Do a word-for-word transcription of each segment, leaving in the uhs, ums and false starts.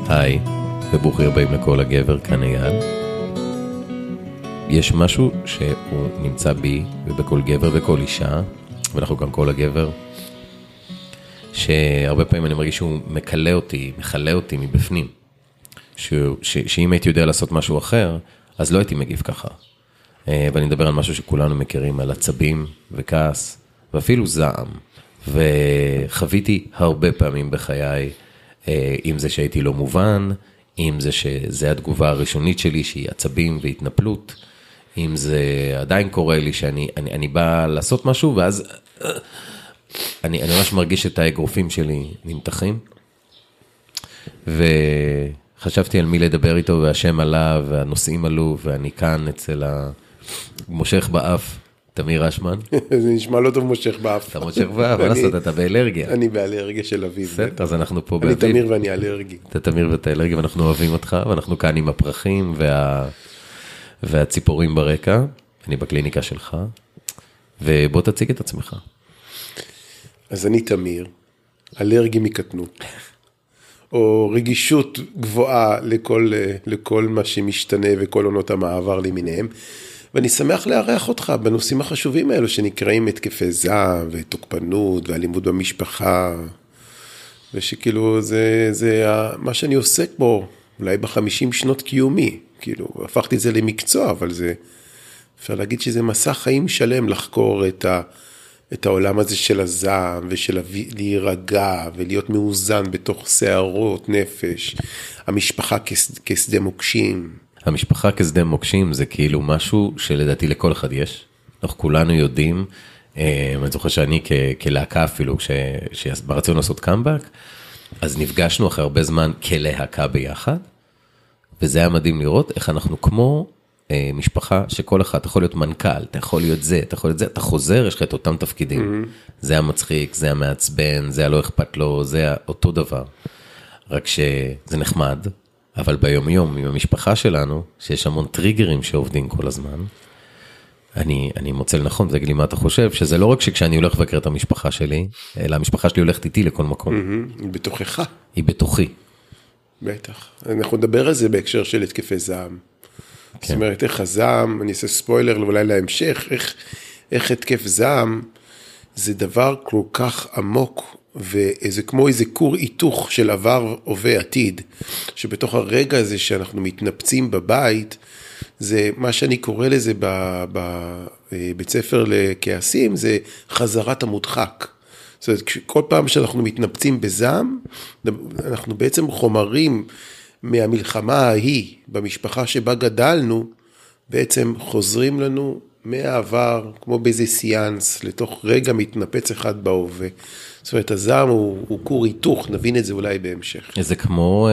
היי, וברוכים הבאים לכל הגבר, כאן אייל. יש משהו שהוא נמצא בי ובכל גבר וכל אישה, ואנחנו גם כל הגבר, שהרבה פעמים אני מרגיש שהוא מקלה אותי, מחלה אותי מבפנים. ש... ש... שאם הייתי יודע לעשות משהו אחר, אז לא הייתי מגיב ככה. ואני מדבר על משהו שכולנו מכירים, על עצבים וכעס, ואפילו זעם. וחוויתי הרבה פעמים בחיי, אם זה שהייתי לא מובן, אם זה שזה התגובה הראשונית שלי, שהיא עצבים והתנפלות, אם זה עדיין קורה לי שאני אני, אני בא לעשות משהו, ואז אני, אני ממש מרגיש את האגרופים שלי נמתחים, וחשבתי על מי לדבר איתו, והשם עלה, והנושאים עלו, ואני כאן אצל המושך באף, תמיר רשמן. זה נשמע לא טוב מושך באף. אתה מושך באף, מה לעשות, אתה באלרגיה. אני באלרגיה של אביב. בסדר, אז אנחנו פה באביב. אני תמיר ואני אלרגי. אתה תמיר ואתה אלרגי, ואנחנו אוהבים אותך, ואנחנו כאן עם הפרחים והציפורים ברקע. אני בקליניקה שלך, ובוא תציג את עצמך. אז אני תמיר, אלרגי מקטנות, או רגישות גבוהה לכל, לכל מה שמשתנה וכל עונות המעבר למיניהם. ואני שמח לארח אותך בנושאים החשובים האלו שנקראים התקפי זעם ותוקפנות ואלימות במשפחה, ושכאילו זה, זה מה שאני עוסק בו אולי בחמישים שנות קיומי, כאילו הפכתי את זה למקצוע, אבל זה, אפשר להגיד שזה מסע חיים שלם לחקור את, ה, את העולם הזה של הזעם ושל להירגע ולהיות מאוזן בתוך שערות נפש, המשפחה כשדה מוקשים. המשפחה כשדה מוקשים זה כאילו משהו שלדעתי לכל אחד יש. אנחנו כולנו יודעים, אני זוכר שאני כלהקה אפילו, כשברצינו לעשות קאמבק, אז נפגשנו אחרי הרבה זמן כלהקה ביחד, וזה היה מדהים לראות איך אנחנו כמו משפחה שכל אחד, אתה יכול להיות מנכ"ל, אתה יכול להיות זה, אתה יכול להיות זה, אתה חוזר, יש לך את אותם תפקידים. זה המצחיק, זה המעצבן, זה הלא אכפת לו, זה אותו דבר. רק שזה נחמד, אבל ביום יום, עם המשפחה שלנו, שיש המון טריגרים שעובדים כל הזמן, אני, אני מוצא לנכון, תגיד לי מה אתה חושב, שזה לא רק שכשאני הולך לבקר את המשפחה שלי, אלא המשפחה שלי הולכת איתי לכל מקום. היא בתוכך. היא בתוכי. בטח. אנחנו נדבר על זה בהקשר של התקפי זעם. זאת אומרת, איך הזעם, אני אעשה ספוילר אולי להמשך, איך, איך התקף זעם, זה דבר כל כך עמוק, וזה כמו איזה קור היתוך של עבר, הווה, עתיד, שבתוך הרגע הזה שאנחנו מתנפצים בבית, זה מה שאני קורא לזה בבית ספר לכעסים, זה חזרת המודחק. זאת אומרת, כל פעם שאנחנו מתנפצים בזעם, אנחנו בעצם חומרים מהמלחמה ההיא, במשפחה שבה גדלנו, בעצם חוזרים לנו מהעבר, כמו באיזה סיאנס, לתוך רגע מתנפץ אחד בהווה. זאת אומרת, הזעם הוא, הוא קור היתוך, נבין את זה אולי בהמשך. זה כמו,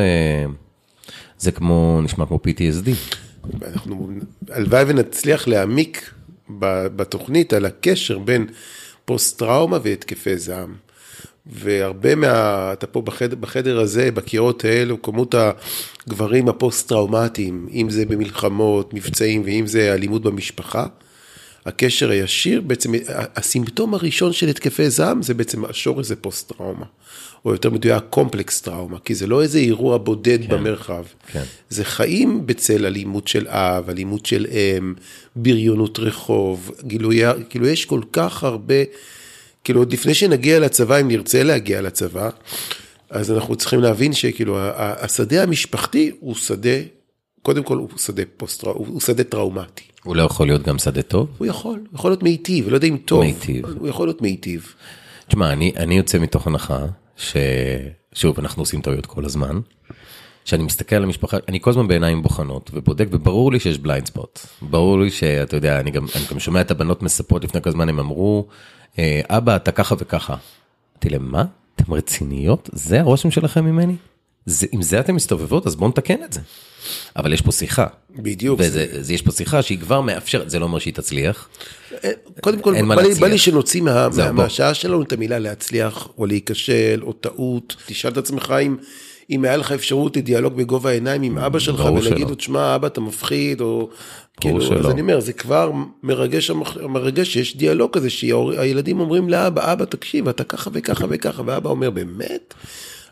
זה כמו, נשמע כמו פי טי אס די. אנחנו, הלוואי ונצליח להעמיק בתוכנית על הקשר בין פוסט-טראומה והתקפי זעם. והרבה מה, אתה פה בחדר, בחדר הזה, בקירות האלו, כמות הגברים הפוסט-טראומטיים, אם זה במלחמות, מבצעים, ואם זה אלימות במשפחה, הקשר הישיר, בעצם הסימפטום הראשון של התקפי זעם, זה בעצם השורש זה פוסט-טראומה, או יותר מדויק קומפלקס טראומה, כי זה לא איזה אירוע בודד כן, במרחב, כן. זה חיים בצל אלימות של אב, אלימות של אם, בריונות רחוב, גילוי, כאילו יש כל כך הרבה, כאילו עוד לפני שנגיע לצבא, אם נרצה להגיע לצבא, אז אנחנו צריכים להבין שכאילו השדה המשפחתי הוא שדה, קודם כל הוא שדה פוסט, הוא שדה טראומטי. הוא לא יכול להיות גם שדה טוב? הוא יכול, הוא יכול להיות מיטיב, לא יודע אם טוב. מיטיב. הוא יכול להיות מיטיב. תשמע, אני, אני יוצא מתוך הנחה, ששוב, אנחנו עושים טעויות כל הזמן, שאני מסתכל על המשפחה, אני כל הזמן בעיניים בוחנות, ובודק, וברור לי שיש בליינד ספוט. ברור לי שאתה יודע, אני גם, אני גם שומע את הבנות מספות לפני כל הזמן, הם אמרו, אבא, אתה ככה וככה. אמרתי להם, מה? אתם רציניות? זה הרושם שלכם ממני? זה, אם זה אתם מסתובבות, אז בואו נתקן את זה. אבל יש פה שיחה. בדיוק. וזה, זה, יש פה שיחה שהיא כבר מאפשרת, זה לא אומר שהיא תצליח. קודם כל, בא לי, בא לי שנוציא מה, מה, מהשעה שלנו את המילה להצליח, או להיכשל, או טעות. תשאל את עצמך אם, אם היה לך אפשרות לדיאלוג בגובה העיניים עם אבא שלך, ולהגיד לו, תשמע, אבא, אתה מפחיד, או... כאילו, אז אני אומר, זה כבר מרגש, מרגש שיש דיאלוג כזה, שהילדים אומרים לאבא, אבא, תקשיב, אתה ככה וככה וככה, ואבא אומר, באמת?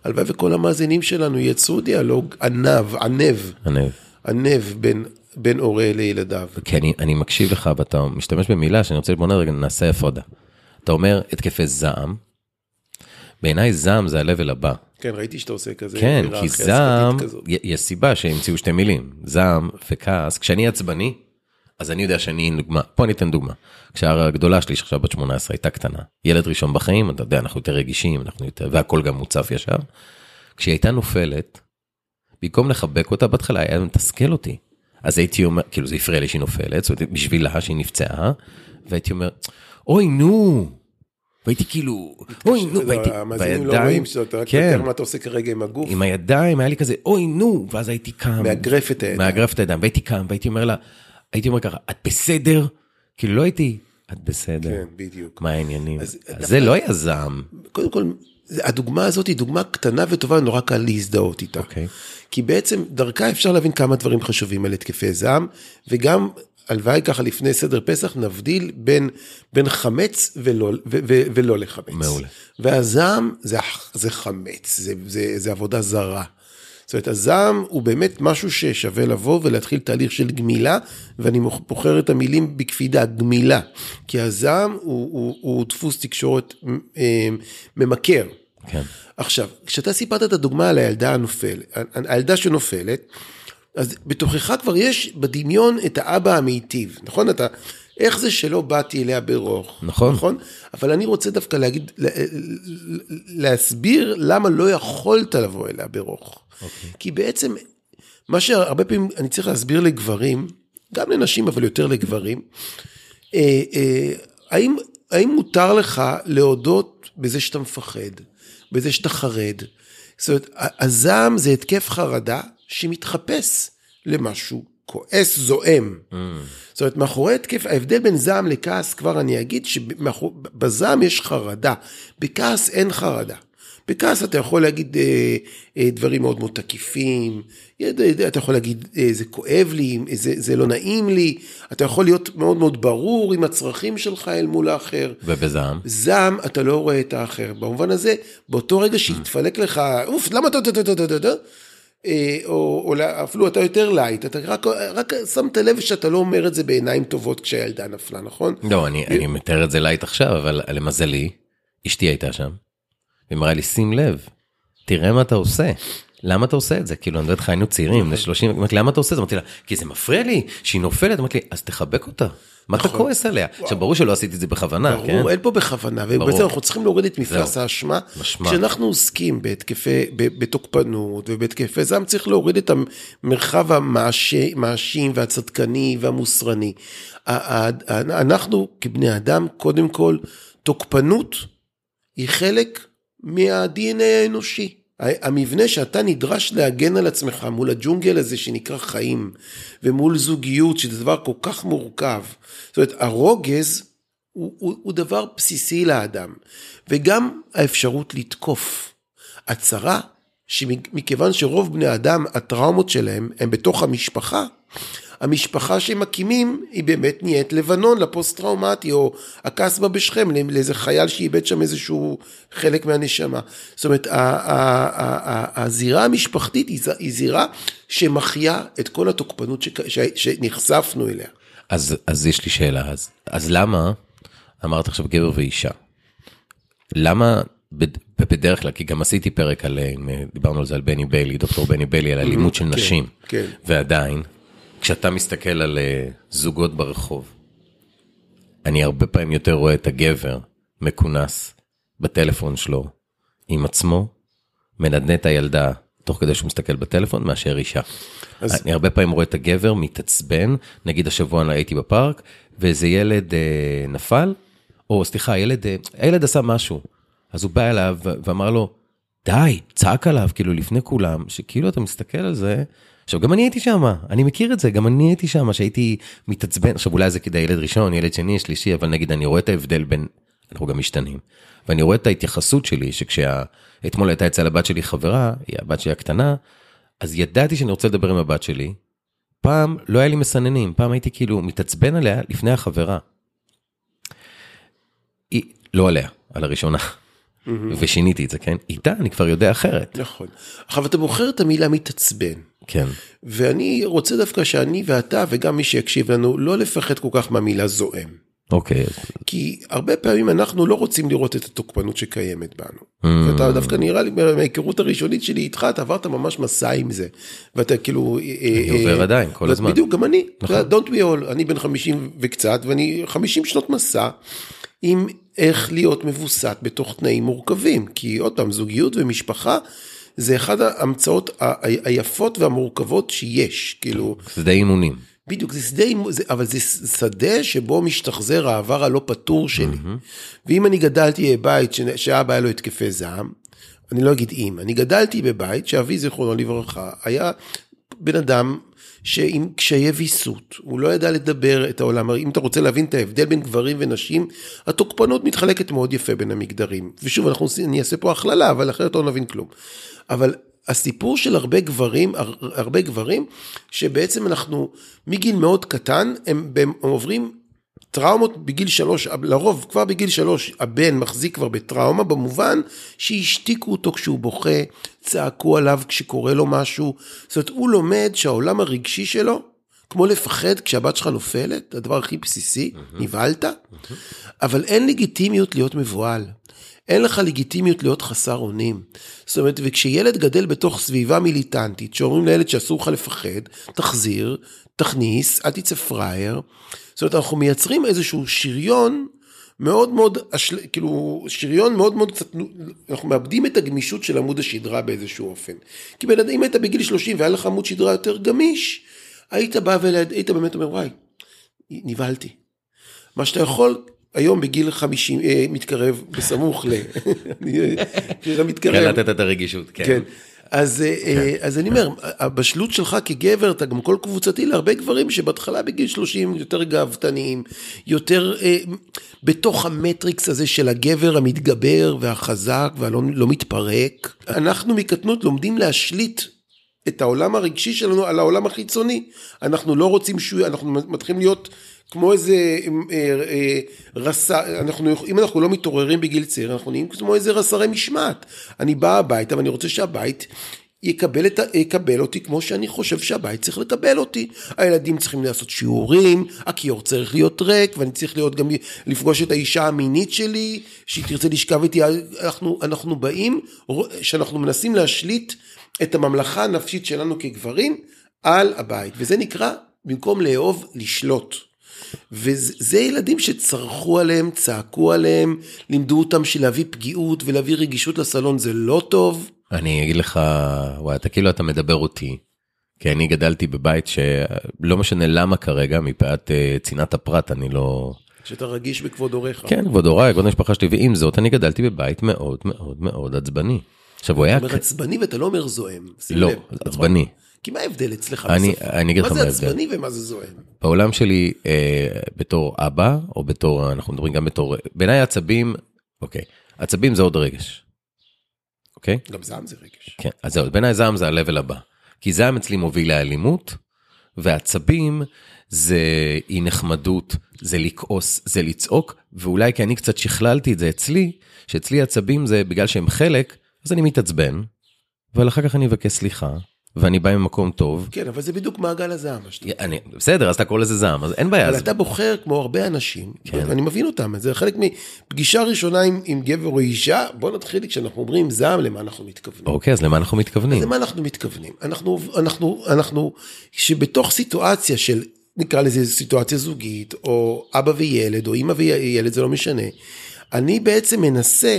הלוואי וכל המאזינים שלנו יצרו דיאלוג ענב, ענב, ענב. ענב בין, בין הורה לילדיו. כי אני, אני מקשיב לך, ואתה משתמש במילה שאני רוצה, בוא נרגע, נעשה הפרדה. אתה אומר, התקפי זעם, בעיניי זעם זה הלבל הבא. כן, ראיתי שאתה עושה כזה. כן, כי זעם, יש סיבה שהמציאו שתי מילים, זעם וכעס. כשאני עצבני, אז אני יודע שאני דוגמה, פה אני אתן דוגמה. כשהגדולה שלי שעכשיו בת שמונה עשרה הייתה קטנה, ילד ראשון בחיים, אתה יודע, אנחנו יותר רגישים, אנחנו יותר, והכל גם מוצף ישר. כשהיא הייתה נופלת, במקום לחבק אותה בהתחלה, היה מתסכל אותי. אז הייתי אומר, כאילו זה הפריע לי שהיא נופלת, זאת אומרת, בשבילה שהיא נפצעה, והייתי אומר, אוי נו, והייתי כאילו, אוי נו, והייתי, המאזינים לא רואים שאתה רק יותר מה אתה עושה כרגע עם הגוף. עם הידיים, היה לי כזה, אוי נו, ואז הייתי קם. מאגרף את הידיים. מאגרף את הידיים, והייתי קם, והייתי אומר לה, הייתי אומר ככה, את בסדר? כאילו לא הייתי, את בסדר. כן, בדיוק. מה העניינים? זה לא היה זעם. קודם כל, הדוגמה הזאת היא דוגמה קטנה וטובה, נורא קל להזדהות איתה. אוקיי. כי בעצם דרכה אפשר להבין כמה דברים חשובים על התקפי זעם, וגם הלוואי ככה לפני סדר פסח נבדיל בין, בין חמץ ולא, ו, ו, ולא לחמץ. מעולה. והזעם זה, זה חמץ, זה, זה, זה עבודה זרה. זאת אומרת, הזעם הוא באמת משהו ששווה לבוא ולהתחיל תהליך של גמילה, ואני בוחר את המילים בקפידה, גמילה, כי הזעם הוא, הוא, הוא דפוס תקשורת אה, ממכר. כן. עכשיו, כשאתה סיפרת את הדוגמה על הילדה הנופלת, הילדה שנופלת, אז בתוכך כבר יש בדמיון את האבא המיטיב, נכון? אתה, איך זה שלא באתי אליה ברוך? נכון. נכון? אבל אני רוצה דווקא להגיד, להסביר למה לא יכולת לבוא אליה ברוך. Okay. כי בעצם, מה שהרבה פעמים אני צריך להסביר לגברים, גם לנשים אבל יותר לגברים, אה, אה, האם, האם מותר לך להודות בזה שאתה מפחד, בזה שאתה חרד? זאת אומרת, הזעם זה התקף חרדה שמתחפש למשהו, כועס זועם. Mm. זאת אומרת, מאחורי התקף, ההבדל בין זעם לכעס, כבר אני אגיד שבזעם יש חרדה, בכעס אין חרדה. בכעס אתה יכול להגיד אה, אה, דברים מאוד מאוד תקיפים, אתה יכול להגיד אה, זה כואב לי, זה, זה לא נעים לי, אתה יכול להיות מאוד מאוד ברור עם הצרכים שלך אל מול האחר. ובזעם? זעם אתה לא רואה את האחר. במובן הזה, באותו רגע שהתפלק לך, אוף, למה אתה, אתה, אתה, אתה, אתה, אתה, או, או אפילו אתה יותר לייט, אתה רק, רק שמת לב שאתה לא אומר את זה בעיניים טובות כשהילדה נפלה, נכון? לא, אני, אני מתאר את זה לייט עכשיו, אבל למזלי, אשתי הייתה שם. והיא אמרה לי, שים לב, תראה מה אתה עושה. למה אתה עושה את זה? כאילו, אני יודעת, חיינו צעירים, לשלושים, אמרתי, למה אתה עושה את זה? אמרתי לה, כי זה מפריע לי, שהיא נופלת, אמרתי לי, אז תחבק אותה. מה אתה כועס עליה? עכשיו, ברור שלא עשיתי את זה בכוונה, כן? ברור, אין פה בכוונה, ובעצם אנחנו צריכים להוריד את מפלס האשמה. כשאנחנו עוסקים בהתקפי, בתוקפנות ובהתקפי זעם, צריך להוריד את המרחב המאשים והצדקני והמוסרני. אנחנו כבני אדם, קודם כל, תוקפנות היא חלק מה-די אן איי האנושי. המבנה שאתה נדרש להגן על עצמך מול הג'ונגל הזה שנקרא חיים, ומול זוגיות שזה דבר כל כך מורכב. זאת אומרת, הרוגז הוא, הוא, הוא דבר בסיסי לאדם, וגם האפשרות לתקוף. הצרה, שמכיוון שרוב בני אדם, הטראומות שלהם הם בתוך המשפחה, המשפחה שהם מקימים היא באמת נהיית לבנון לפוסט-טראומטי, או הקסבה בשכם, לאיזה חייל שאיבד שם איזשהו חלק מהנשמה. זאת אומרת, הזירה המשפחתית היא זירה שמחיה את כל התוקפנות שנחשפנו אליה. אז, אז יש לי שאלה, אז, אז למה, אמרת עכשיו גבר ואישה, למה בדרך כלל, כי גם עשיתי פרק על, דיברנו על זה על בני ביילי, דוקטור בני ביילי, על אלימות של נשים, כן, כן. ועדיין, כשאתה מסתכל על זוגות ברחוב, אני הרבה פעמים יותר רואה את הגבר מכונס בטלפון שלו עם עצמו, מנדנד את הילדה תוך כדי שהוא מסתכל בטלפון, מאשר אישה. אז... אני הרבה פעמים רואה את הגבר מתעצבן, נגיד השבוע אני הייתי בפארק, ואיזה ילד אה, נפל, או סליחה, הילד, אה, הילד עשה משהו, אז הוא בא אליו ואמר לו, די, צעק עליו, כאילו לפני כולם, שכאילו אתה מסתכל על זה, עכשיו, גם אני הייתי שם, אני מכיר את זה, גם אני הייתי שם, שהייתי מתעצבן, עכשיו אולי זה כדי ילד ראשון, ילד שני, שלישי, אבל נגיד אני רואה את ההבדל בין, אנחנו גם משתנים, ואני רואה את ההתייחסות שלי, שכשאתמול הייתה אצל הבת שלי חברה, היא הבת שלי הקטנה, אז ידעתי שאני רוצה לדבר עם הבת שלי, פעם לא היה לי מסננים, פעם הייתי כאילו מתעצבן עליה לפני החברה. היא, לא עליה, על הראשונה. ושיניתי את זה, כן? איתה אני כבר יודע אחרת. נכון. עכשיו אתה בוחר את המילה מתעצבן. כן. ואני רוצה דווקא שאני ואתה וגם מי שיקשיב לנו, לא לפחד כל כך מהמילה זועם. אוקיי. כי הרבה פעמים אנחנו לא רוצים לראות את התוקפנות שקיימת בנו. ואתה דווקא נראה לי, מההיכרות הראשונית שלי איתך, אתה עברת ממש מסע עם זה. ואתה כאילו... אני עובר עדיין, כל הזמן. בדיוק, גם אני. Don't we all, אני בן חמישים וקצת, ואני חמישים שנות מסע, עם איך להיות מבוסת בתוך תנאים מורכבים. כי עוד פעם, זוגיות ומשפחה, זה אחד ההמצאות היפות והמורכבות שיש, כאילו... זה די אימונים. בדיוק, זה שדה, אבל זה שדה שבו משתחזר העבר הלא פתור שלי. ואם אני גדלתי בבית שאבא היה לו התקפי זעם, אני לא אגיד אם, אני גדלתי בבית שאבי זיכרונו לברכה, היה בן אדם שעם קשיי ויסות, הוא לא ידע לדבר את העולם, אם אתה רוצה להבין את ההבדל בין גברים ונשים, התוקפנות מתחלקת מאוד יפה בין המגדרים, ושוב, אנחנו, אני אעשה פה הכללה, אבל אחרת לא נבין כלום. אבל הסיפור של הרבה גברים, הרבה גברים, שבעצם אנחנו, מגיל מאוד קטן, הם, הם עוברים טראומות בגיל שלוש, לרוב כבר בגיל שלוש, הבן מחזיק כבר בטראומה, במובן שהשתיקו אותו כשהוא בוכה, צעקו עליו כשקורה לו משהו, זאת אומרת, הוא לומד שהעולם הרגשי שלו, כמו לפחד כשהבת שלך נופלת, הדבר הכי בסיסי, נבהלת, אבל אין לגיטימיות להיות מבועל. אין לך לגיטימיות להיות חסר אונים. זאת אומרת, וכשילד גדל בתוך סביבה מיליטנטית, שאומרים לילד שאסור לך לפחד, תחזיר, תכניס, אל תצא פרייר. זאת אומרת, אנחנו מייצרים איזשהו שריון מאוד מאוד, כאילו, שריון מאוד מאוד קצת, אנחנו מאבדים את הגמישות של עמוד השדרה באיזשהו אופן. כי בן אדם, אם היית בגיל שלושים והיה לך עמוד שדרה יותר גמיש, היית בא והיית באמת אומר, וואי, נבהלתי. מה שאתה יכול... היום בגיל חמישים, מתקרב בסמוך ל... כן, לתת את הרגישות, כן. אז אני אומר, הבשלות שלך כגבר, אתה גם כל קבוצתי להרבה גברים שבהתחלה בגיל שלושים יותר גאוותניים, יותר בתוך המטריקס הזה של הגבר המתגבר והחזק והלא מתפרק. אנחנו מקטנות לומדים להשליט את העולם הרגשי שלנו על העולם החיצוני. אנחנו לא רוצים שהוא, אנחנו מתחילים להיות... כמו איזה רסה, אנחנו, אם אנחנו לא מתעוררים בגיל צעיר, אנחנו נהיים כמו איזה רסרי משמעת. אני בא הביתה ואני רוצה שהבית יקבל, את, יקבל אותי כמו שאני חושב שהבית צריך לקבל אותי. הילדים צריכים לעשות שיעורים, הכיור צריך להיות ריק, ואני צריך להיות גם לפגוש את האישה המינית שלי, שהיא תרצה לשכב איתי. אנחנו, אנחנו באים, שאנחנו מנסים להשליט את הממלכה הנפשית שלנו כגברים על הבית, וזה נקרא, במקום לאהוב, לשלוט. וזה ילדים שצרכו עליהם, צעקו עליהם, לימדו אותם שלהביא פגיעות ולהביא רגישות לסלון זה לא טוב. אני אגיד לך, וואי, אתה כאילו אתה מדבר אותי, כי אני גדלתי בבית שלא משנה למה כרגע, מפאת צנעת הפרט, אני לא... שאתה רגיש בכבוד הוריך. כן, כבוד הוריי, כבוד המשפחה שלי, ועם זאת אני גדלתי בבית מאוד מאוד מאוד עצבני. עכשיו הוא היה... אתה אומר עצבני ואתה לא אומר זוהם. לא, עצבני. כי מה ההבדל אצלך אני, בסוף? אני אגיד לך מה מה ההבדל. זה עצבני ומה זה זוהם? בעולם שלי, אה, בתור אבא, או בתור, אנחנו מדברים גם בתור, בעיניי עצבים, אוקיי, עצבים זה עוד רגש. אוקיי? גם זעם זה רגש. כן, אז זהו, בעיניי זעם זה ה-level הבא. כי זעם אצלי מוביל לאלימות, ועצבים זה אי נחמדות, זה לקעוס, זה לצעוק, ואולי כי אני קצת שכללתי את זה אצלי, שאצלי עצבים זה בגלל שהם חלק, אז אני מתעצבן, אבל אחר כך אני אבקש סליחה, ואני בא ממקום טוב. כן, אבל זה בדיוק מעגל הזעם. אני, בסדר, אז אתה קורא לזה זעם, אז אין בעיה. אבל אז... אתה בוחר כמו הרבה אנשים, כן. אני מבין אותם, זה חלק מפגישה ראשונה עם, עם גבר או אישה, בוא נתחיל כשאנחנו אומרים זעם, למה אנחנו מתכוונים. אוקיי, אז למה אנחנו מתכוונים? אז למה אנחנו מתכוונים? אנחנו, אנחנו, אנחנו, שבתוך סיטואציה של, נקרא לזה סיטואציה זוגית, או אבא וילד, או אמא וילד, זה לא משנה, אני בעצם מנסה,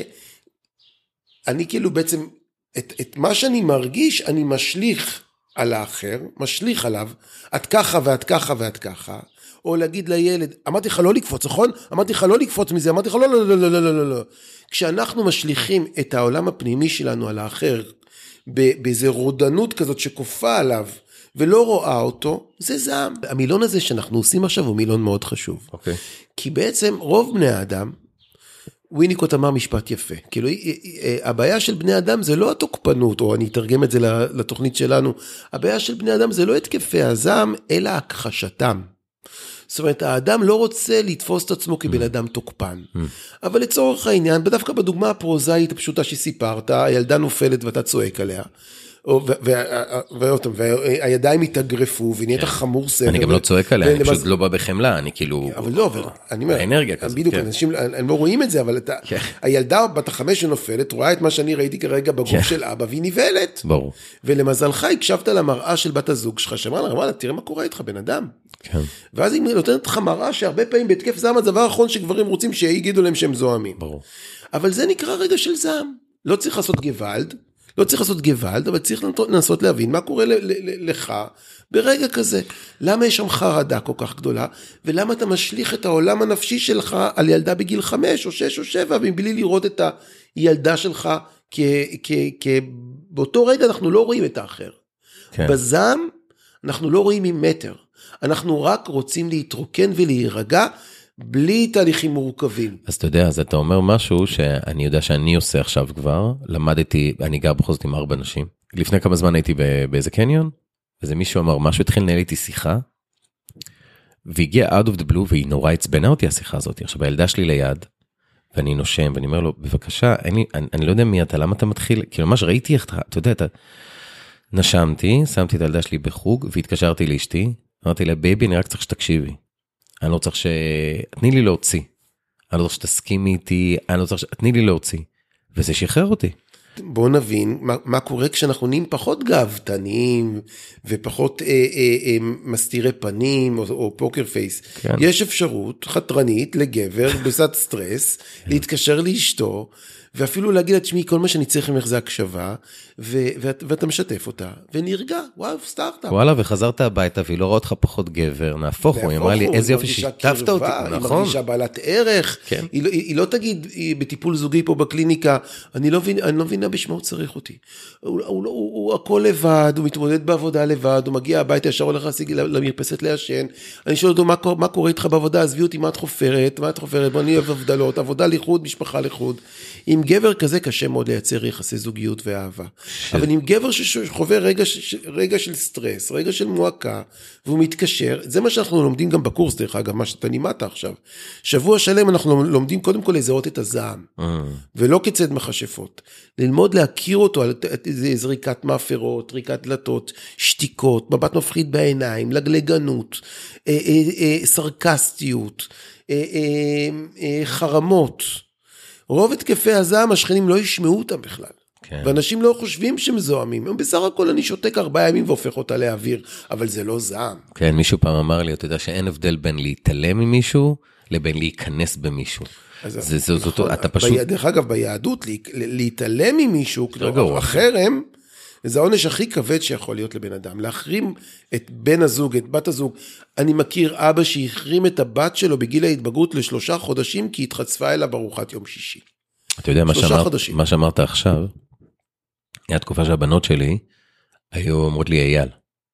אני כאילו בעצם, את, את מה שאני מרגיש, אני משליך על האחר, משליך עליו, את ככה ואת ככה ואת ככה, או להגיד לילד, אמרתי לך לא לקפוץ, נכון? אמרתי לך לא לקפוץ מזה, אמרתי לך לא, לא, לא, לא, לא, לא, לא. כשאנחנו משליכים את העולם הפנימי שלנו על האחר, באיזו רודנות כזאת שקופה עליו, ולא רואה אותו, זה זעם. המילון הזה שאנחנו עושים עכשיו הוא מילון מאוד חשוב. אוקיי. כי בעצם רוב בני האדם, וויניקוט אמר משפט יפה, כאילו הבעיה של בני אדם זה לא התוקפנות, או אני אתרגם את זה לתוכנית שלנו, הבעיה של בני אדם זה לא התקפי הזעם, אלא הכחשתם. זאת אומרת, האדם לא רוצה לתפוס את עצמו כבן אדם תוקפן. אבל לצורך העניין, דווקא בדוגמה הפרוזאית הפשוטה שסיפרת, הילדה נופלת ואתה צועק עליה, והידיים התאגרפו, ונהיית חמור סבל. אני גם לא צועק עליה, אני פשוט לא בא בחמלה, אני כאילו... אבל לא, אני אומר... האנרגיה כזאת. בדיוק, אנשים, הם לא רואים את זה, אבל הילדה בת החמש שנופלת, רואה את מה שאני ראיתי כרגע בגוף של אבא, והיא נבלת. ברור. ולמזלך, הקשבת למראה של בת הזוג שלך, שאמרה לה, אמרה לה, תראה מה קורה איתך, בן אדם. ואז היא נותנת לך מראה, שהרבה פעמים בהתקף זעם, הדבר האחרון שגברים רוצים שיגידו להם שהם זוהמים. ברור. אבל זה נקרא רגע של זעם. לא צריך לעשות גוואלד, לא צריך לעשות גוואלד, אבל צריך לנסות להבין מה קורה לך ברגע כזה. למה יש שם חרדה כל כך גדולה, ולמה אתה משליך את העולם הנפשי שלך על ילדה בגיל חמש או שש או שבע, מבלי לראות את הילדה שלך, כי באותו רגע אנחנו לא רואים את האחר. בזעם אנחנו לא רואים ממטר. אנחנו רק רוצים להתרוקן ולהירגע, בלי תהליכים מורכבים. אז אתה יודע, אז אתה אומר משהו שאני יודע שאני עושה עכשיו כבר, למדתי, אני גר בכל זאת עם ארבע נשים, לפני כמה זמן הייתי באיזה קניון, וזה מישהו אמר משהו, התחיל לנהל איתי שיחה, והגיע out of the blue, והיא נורא הצבנה אותי השיחה הזאת, עכשיו הילדה שלי ליד, ואני נושם, ואני אומר לו, בבקשה, אני, אני, אני לא יודע מי אתה, למה אתה מתחיל, כאילו ממש ראיתי איך אתה, אתה יודע, אתה, נשמתי, שמתי את הילדה שלי בחוג, והתקשרתי לאשתי, אמרתי לה, בייבי, אני רק צריך שתקשיבי. אני לא צריך ש... תני לי להוציא. אני לא צריך שתסכימי איתי, אני לא צריך ש... תני לי להוציא. וזה שחרר אותי. בואו נבין מה, מה קורה כשאנחנו נהיים פחות גאוותניים, ופחות אה, אה, אה, מסתירי פנים, או, או פוקר פייס. כן. יש אפשרות חתרנית לגבר, בסד סטרס, להתקשר לאשתו, ואפילו להגיד את שמי, כל מה שאני צריך ממך זה הקשבה, ו- ואת, ואתה משתף אותה, ונרגע, וואו, סטארט-אפ. וואלה, וחזרת הביתה, והיא לא רואה אותך פחות גבר, נהפוך הוא, היא אמרה לי, איזה יופי שיתפת אותי, נכון. היא מרגישה בעלת ערך, כן. היא, היא, היא לא תגיד, היא בטיפול זוגי פה בקליניקה, אני לא, אני לא מבינה בשמה הוא צריך אותי. הוא, הוא, הוא, הוא, הוא הכל לבד, הוא מתמודד בעבודה לבד, הוא מגיע הביתה, ישר הולך למרפסת להשן, אני שואל אותו, מה, מה קורה איתך בעבודה? עזבי אותי, מה את חופרת? מה את חופרת? בוא אני אוהב הבדלות, עבודה לחוד, משפחה לחוד. עם גבר כזה קשה מאוד לייצר יחסי זוגיות ואהבה. ש... אבל עם גבר שחווה רגע, ש... רגע של סטרס, רגע של מועקה, והוא מתקשר, זה מה שאנחנו לומדים גם בקורס, דרך אגב, מה שאתה נימדת עכשיו. שבוע שלם אנחנו לומדים קודם כל לזהות את הזעם, mm. ולא כצד מכשפות. ללמוד להכיר אותו על זריקת מאפרות, ריקת דלתות, שתיקות, מבט מפחיד בעיניים, לגלגנות, אה, אה, אה, סרקסטיות, אה, אה, אה, חרמות, רוב התקפי הזעם, השכנים לא ישמעו אותם בכלל. כן. ואנשים לא חושבים שהם זוהמים. הם בסך הכל אני שותק ארבעה ימים והופך אותה לאוויר, אבל זה לא זעם. כן, מישהו פעם אמר לי, אתה יודע שאין הבדל בין להתעלם ממישהו, לבין להיכנס במישהו. זה, זה, זה, נכון, זאת, אתה פשוט... דרך אגב, ביהדות, להתעלם ממישהו, החרם, זה העונש הכי כבד שיכול להיות לבן אדם. להחרים את בן הזוג, את בת הזוג. אני מכיר אבא שהחרים את הבת שלו בגיל ההתבגרות לשלושה חודשים, כי התחצפה אליו בארוחת יום שישי. אתה יודע, מה שאמרת, מה שאמרת עכשיו, היה תקופה שהבנות שלי, היו אומרות לי אייל.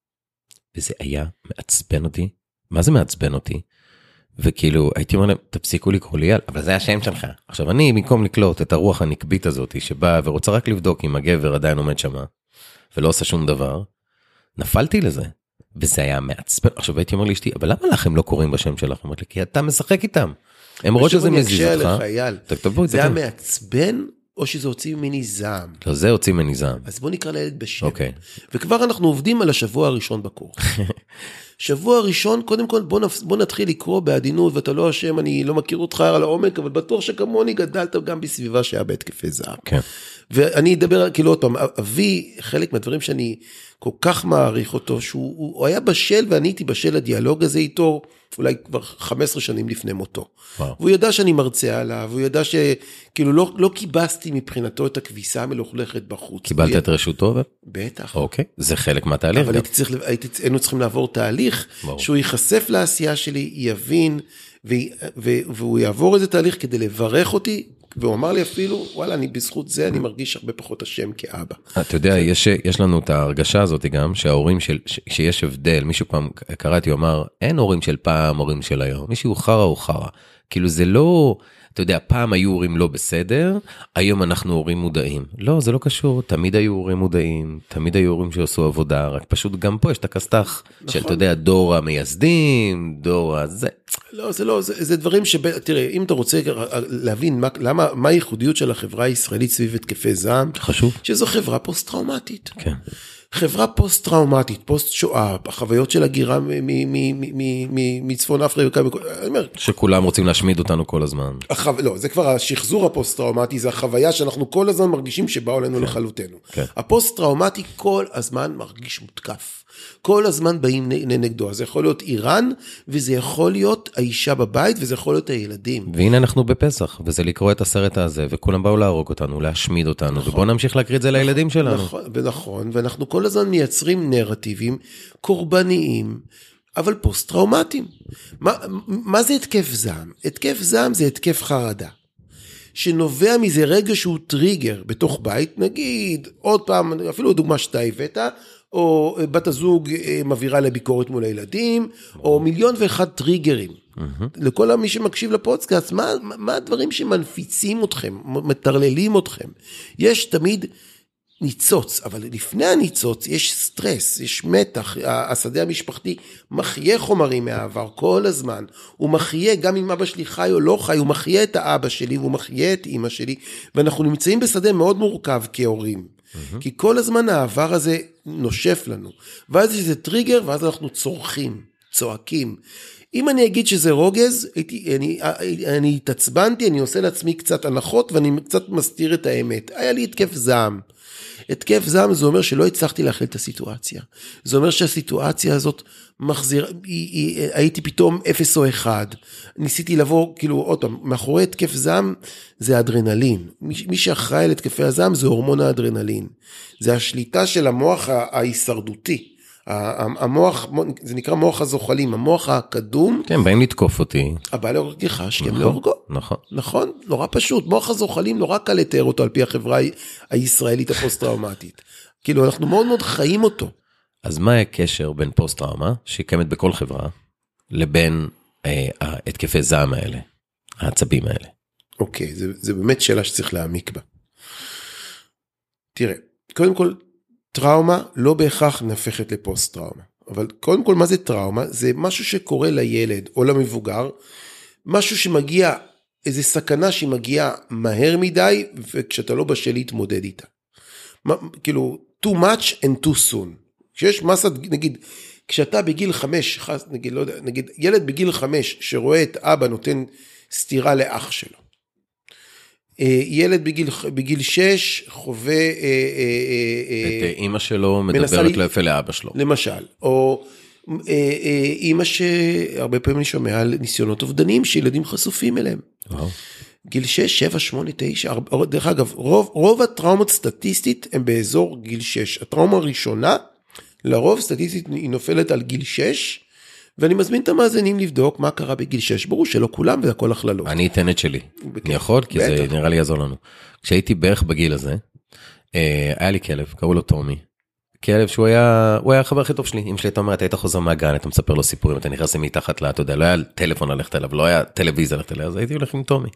וזה היה מעצבן אותי. מה זה מעצבן אותי? וכאילו, הייתי אומר להם, תפסיקו לקרוא לי אייל, אבל זה השם שלך. עכשיו, אני, במקום לקלוט את הרוח הנקבית הזאת, שבאה ורוצה רק לבדוק אם הגבר עדיין עומד שמה, ולא עושה שום דבר, נפלתי לזה, וזה היה מעצבן. עכשיו הייתי אומר לאשתי, אבל למה לכם לא קוראים בשם שלך? אמרת לי, כי אתה משחק איתם. הם רואים שזה מזיז אותך. זה היה מעצבן, או שזה הוציא ממני זעם? לא, זה הוציא ממני זעם. אז בוא נקרא לילד בשם. וכבר אנחנו עובדים על השבוע הראשון בקורס. שבוע ראשון, קודם כל, בוא, נפ... בוא נתחיל לקרוא בעדינות, ואתה לא השם, אני לא מכיר אותך על העומק, אבל בטוח שכמוני גדלת גם בסביבה שהיה בהתקפי זעם. כן. ואני אדבר, כאילו עוד פעם, אבי, חלק מהדברים שאני כל כך מעריך אותו, שהוא הוא היה בשל, ואני הייתי בשל הדיאלוג הזה איתו, אולי כבר חמש עשרה שנים לפני מותו. וואו. והוא ידע שאני מרצה עליו, והוא ידע שכאילו לא, לא קיבסתי מבחינתו את הכביסה המלוכלכת בחוץ. קיבלת את רשותו? בטח. אוקיי, זה חלק מהתהליך. אבל הייתי צריך, הייתי, היינו צריכים לעבור תהליך, ברור. שהוא ייחשף לעשייה שלי, יבין, ו, ו, והוא יעבור איזה תהליך כדי לברך אותי, והוא אמר לי אפילו, וואלה, אני בזכות זה, אני מרגיש הרבה פחות השם כאבא. אתה יודע, יש, יש לנו את ההרגשה הזאת גם, שההורים של, שיש הבדל, מישהו פעם קראתי, הוא אמר, אין הורים של פעם, הורים של היום, מישהו חרה או חרה. כאילו זה לא, אתה יודע, פעם היו הורים לא בסדר, היום אנחנו הורים מודעים. לא, זה לא קשור, תמיד היו הורים מודעים, תמיד היו הורים שעשו עבודה, רק פשוט גם פה יש את הכסתח של, אתה יודע, דור המייסדים, דור הזה. לא, זה לא, זה, זה דברים שב... תראה, אם אתה רוצה להבין מה, למה, מה הייחודיות של החברה הישראלית סביב התקפי זעם, חשוב. שזו חברה פוסט-טראומטית. כן. חברה פוסט-טראומטית, פוסט-שואה, החוויות של הגירה מצפון אפריקה, שכולם רוצים להשמיד אותנו כל הזמן. לא, זה כבר השחזור הפוסט-טראומטי, זה החוויה שאנחנו כל הזמן מרגישים שבאו עלינו לכלותנו. הפוסט-טראומטי כל הזמן מרגיש מותקף. כל הזמן באים נגדו, זה יכול להיות איראן, וזה יכול להיות האישה בבית, וזה יכול להיות הילדים. והנה אנחנו בפסח, וזה לקרוא את הסרט הזה, וכולם באו להרוג אותנו, להשמיד אותנו, נכון. ובואו נמשיך להקריא את זה לילדים שלנו. נכון, ונכון, ואנחנו כל הזמן מייצרים נרטיבים קורבניים, אבל פוסט-טראומטיים. מה, מה זה התקף זעם? התקף זעם זה התקף חרדה, שנובע מזה רגע שהוא טריגר בתוך בית, נגיד, עוד פעם, אפילו דוגמה שאתה הבאת, או בת הזוג מעבירה לביקורת מול הילדים, או מיליון ואחד טריגרים. לכל מי שמקשיב לפודקאסט, מה, מה הדברים שמנפיצים אתכם, מטרללים אתכם? יש תמיד ניצוץ, אבל לפני הניצוץ יש סטרס, יש מתח, השדה המשפחתי מחיה חומרים מהעבר כל הזמן, הוא מחיה גם אם אבא שלי חי או לא חי, הוא מחיה את האבא שלי, והוא מחיה את אמא שלי, ואנחנו נמצאים בשדה מאוד מורכב כהורים, כי כל הזמן העבר הזה נושף לנו, ואז יש איזה טריגר, ואז אנחנו צורכים, צועקים. אם אני אגיד שזה רוגז, אני, אני, אני התעצבנתי, אני עושה לעצמי קצת הנחות, ואני קצת מסתיר את האמת. היה לי התקף זעם. התקף זעם זה אומר שלא הצלחתי להכיל את הסיטואציה. זה אומר שהסיטואציה הזאת מחזיר, היא, היא, הייתי פתאום אפס או אחד. ניסיתי לבוא, כאילו, עוד פעם, מאחורי התקף זעם זה אדרנלין. מי, מי שאחראי על התקפי הזעם זה הורמון האדרנלין. זה השליטה של המוח ההישרדותי. המוח, זה נקרא מוח הזוחלים, המוח הקדום. כן, באים לתקוף אותי. הבא להורג יחש, כן, להורגו. נכון. נכון, נורא פשוט. מוח הזוחלים נורא קל לתאר אותו על פי החברה הישראלית הפוסט-טראומטית. כאילו, אנחנו מאוד מאוד חיים אותו. אז מה הקשר בין פוסט-טראומה, שהיא קיימת בכל חברה, לבין אה, התקפי זעם האלה, העצבים האלה? אוקיי, זה, זה באמת שאלה שצריך להעמיק בה. תראה, קודם כל, טראומה לא בהכרח נהפכת לפוסט-טראומה, אבל קודם כל מה זה טראומה? זה משהו שקורה לילד או למבוגר, משהו שמגיע, איזו סכנה שמגיעה מהר מדי, וכשאתה לא בשל להתמודד איתה. מה, כאילו, too much and too soon. כשיש מסה, נגיד, כשאתה בגיל חמש, נגיד, לא יודע, נגיד, ילד בגיל חמש שרואה את אבא נותן סתירה לאח שלו, ילד בגיל, בגיל שש חווה את אמא שלו מדברת לא יפה לאבא שלו. למשל, או אמא שהרבה פעמים אני שומע על ניסיונות אובדניים שילדים חשופים אליהם. וואו. גיל שש, שבע, שמונה, תשע, דרך אגב, רוב, רוב הטראומות סטטיסטית הם באזור גיל שש. הטראומה הראשונה, לרוב סטטיסטית היא נופלת על גיל שש, ואני מזמין את המאזינים לבדוק מה קרה בגיל שש, ברור שלא כולם וזה הכל הכללות. אני אתן את שלי, אני יכול, כי זה נראה לי יעזור לנו. כשהייתי בערך בגיל הזה, היה לי כלב, קראו לו טומי, כלב שהוא היה, הוא היה החבר הכי טוב שלי, אם שלי אתה אומר, אתה היית חוזר מהגן, אתה מספר לו סיפורים, אתה נכנס מתחת לה, אתה יודע, לא היה טלפון ללכת אליו, לא היה טלוויזיה ללכת אליו, אז הייתי הולך עם טומי.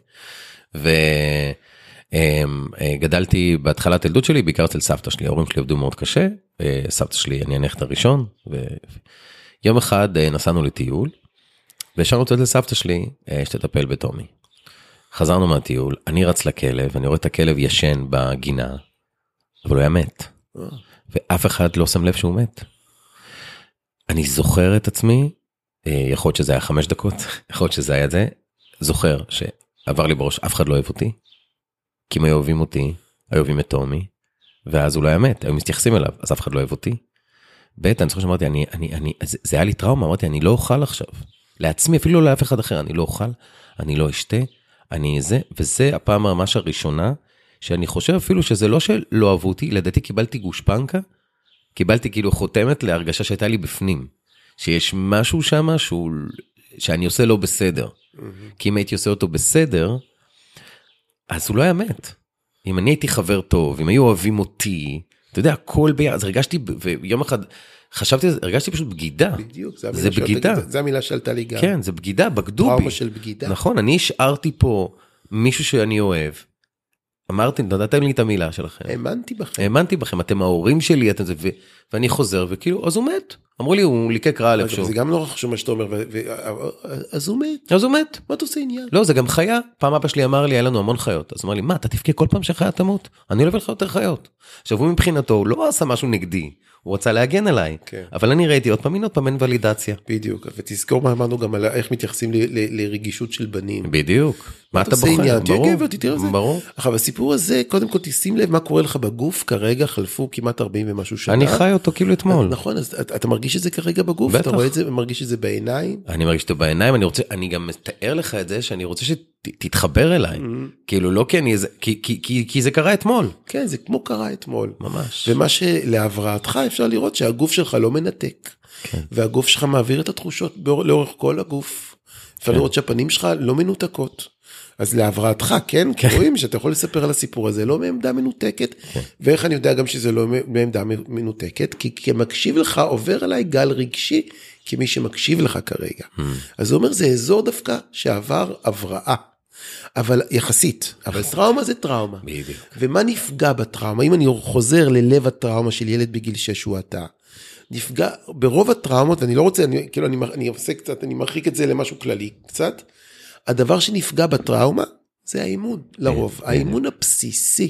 וגדלתי בהתחלת ילדות שלי, בעיקר אצל סבתא שלי, ההורים שלי עבדו מאוד קשה, סבתא שלי, אני הנכד הראשון, ו... יום אחד נסענו לטיול, והשארנו אותו לסבתא שלי שתטפל בטומי. חזרנו מהטיול, אני רץ לכלב, אני רואה את הכלב ישן בגינה, אבל הוא היה מת. ואף אחד לא שם לב שהוא מת. אני זוכר את עצמי, יכול להיות שזה היה חמש דקות, יכול להיות שזה היה זה, זוכר שעבר לי בראש, אף אחד לא אוהב אותי, כי אם היו אוהבים אותי, היו אוהבים את טומי, ואז הוא לא היה מת, היו מתייחסים אליו, אז אף אחד לא אוהב אותי. בית, אני זוכר שאמרתי, אני, אני, אני, זה, זה היה לי טראומה, אמרתי, אני לא אוכל עכשיו, לעצמי, אפילו לא לאף אחד אחר, אני לא אוכל, אני לא אשתה, אני זה, וזה הפעם ממש הראשונה, שאני חושב אפילו שזה לא שלא אהבו אותי, לדעתי קיבלתי גושפנקה, קיבלתי כאילו חותמת להרגשה שהייתה לי בפנים, שיש משהו שם, שהוא, שאני עושה לא בסדר, mm-hmm. כי אם הייתי עושה אותו בסדר, אז הוא לא היה מת, אם אני הייתי חבר טוב, אם היו אוהבים אותי, אתה יודע, הכל ביחד, אז הרגשתי, ויום אחד חשבתי, הרגשתי פשוט בגידה. בדיוק, זה, זה בגידה. זה המילה שעלתה לי גם. כן, זה בגידה, בגדו בי. טראומה של בגידה. נכון, אני השארתי פה מישהו שאני אוהב, אמרתי, נתתם לי את המילה שלכם. האמנתי בכם. האמנתי בכם, אתם ההורים שלי, אתם זה, ו... ואני חוזר, וכאילו, אז הוא מת. אמרו לי, הוא ליקק רע איפשהו. זה גם לא חשוב מה שאתה אומר, ו... ו... אז הוא מת. אז הוא מת. מה אתה עושה עניין? לא, זה גם חיה. פעם אבא שלי אמר לי, היה לנו המון חיות. אז אמר לי, מה, אתה תבכה כל פעם שחיה תמות? אני לא אוהב לך יותר חיות. עכשיו, הוא מבחינתו, הוא לא עשה משהו נגדי. הוא רצה להגן עליי. כן. אבל אני ראיתי עוד פעם, עוד פעם אין ולידציה. בדיוק. ותזכור מה אמרנו גם על איך מתייחסים ל... ל... לרגישות של בנים. בדיוק. מה אתה בוחר? ברור. עכשיו, הסיפור הזה, קודם כל תשים לב מה קורה לך בגוף, כרגע חלפו כמעט ארבעים ומשהו שנה. אני חי אותו כאילו אתמול. נכון, אז אתה מרגיש את זה כרגע בגוף? אתה רואה את זה, מרגיש את זה בעיניים? אני מרגיש את זה בעיניים, אני רוצה, אני גם מתאר לך את זה, שאני רוצה שתתחבר אליי. כאילו, לא כי אני, כי זה קרה אתמול. כן, זה כמו קרה אתמול. ממש. ומה שלהבראתך אפשר לראות שהגוף שלך לא מנתק. והגוף שלך מעביר את התחושות לאורך כל הגוף. אפשר לראות שהפנים שלך לא מנותקות. אז להבראתך, כן, רואים שאתה יכול לספר על הסיפור הזה, לא מעמדה מנותקת, ואיך אני יודע גם שזה לא מעמדה מנותקת, כי כמקשיב לך עובר עליי גל רגשי, כמי שמקשיב לך כרגע. אז הוא אומר, זה אזור דווקא שעבר הבראה, אבל יחסית, אבל טראומה זה טראומה. ומה נפגע בטראומה? אם אני חוזר ללב הטראומה של ילד בגיל שש הוא אתה, נפגע ברוב הטראומות, ואני לא רוצה, אני, כאילו, אני, אני עושה קצת, אני מרחיק את זה למשהו כללי, קצת, הדבר שנפגע בטראומה, זה האימון, לרוב, האימון הבסיסי,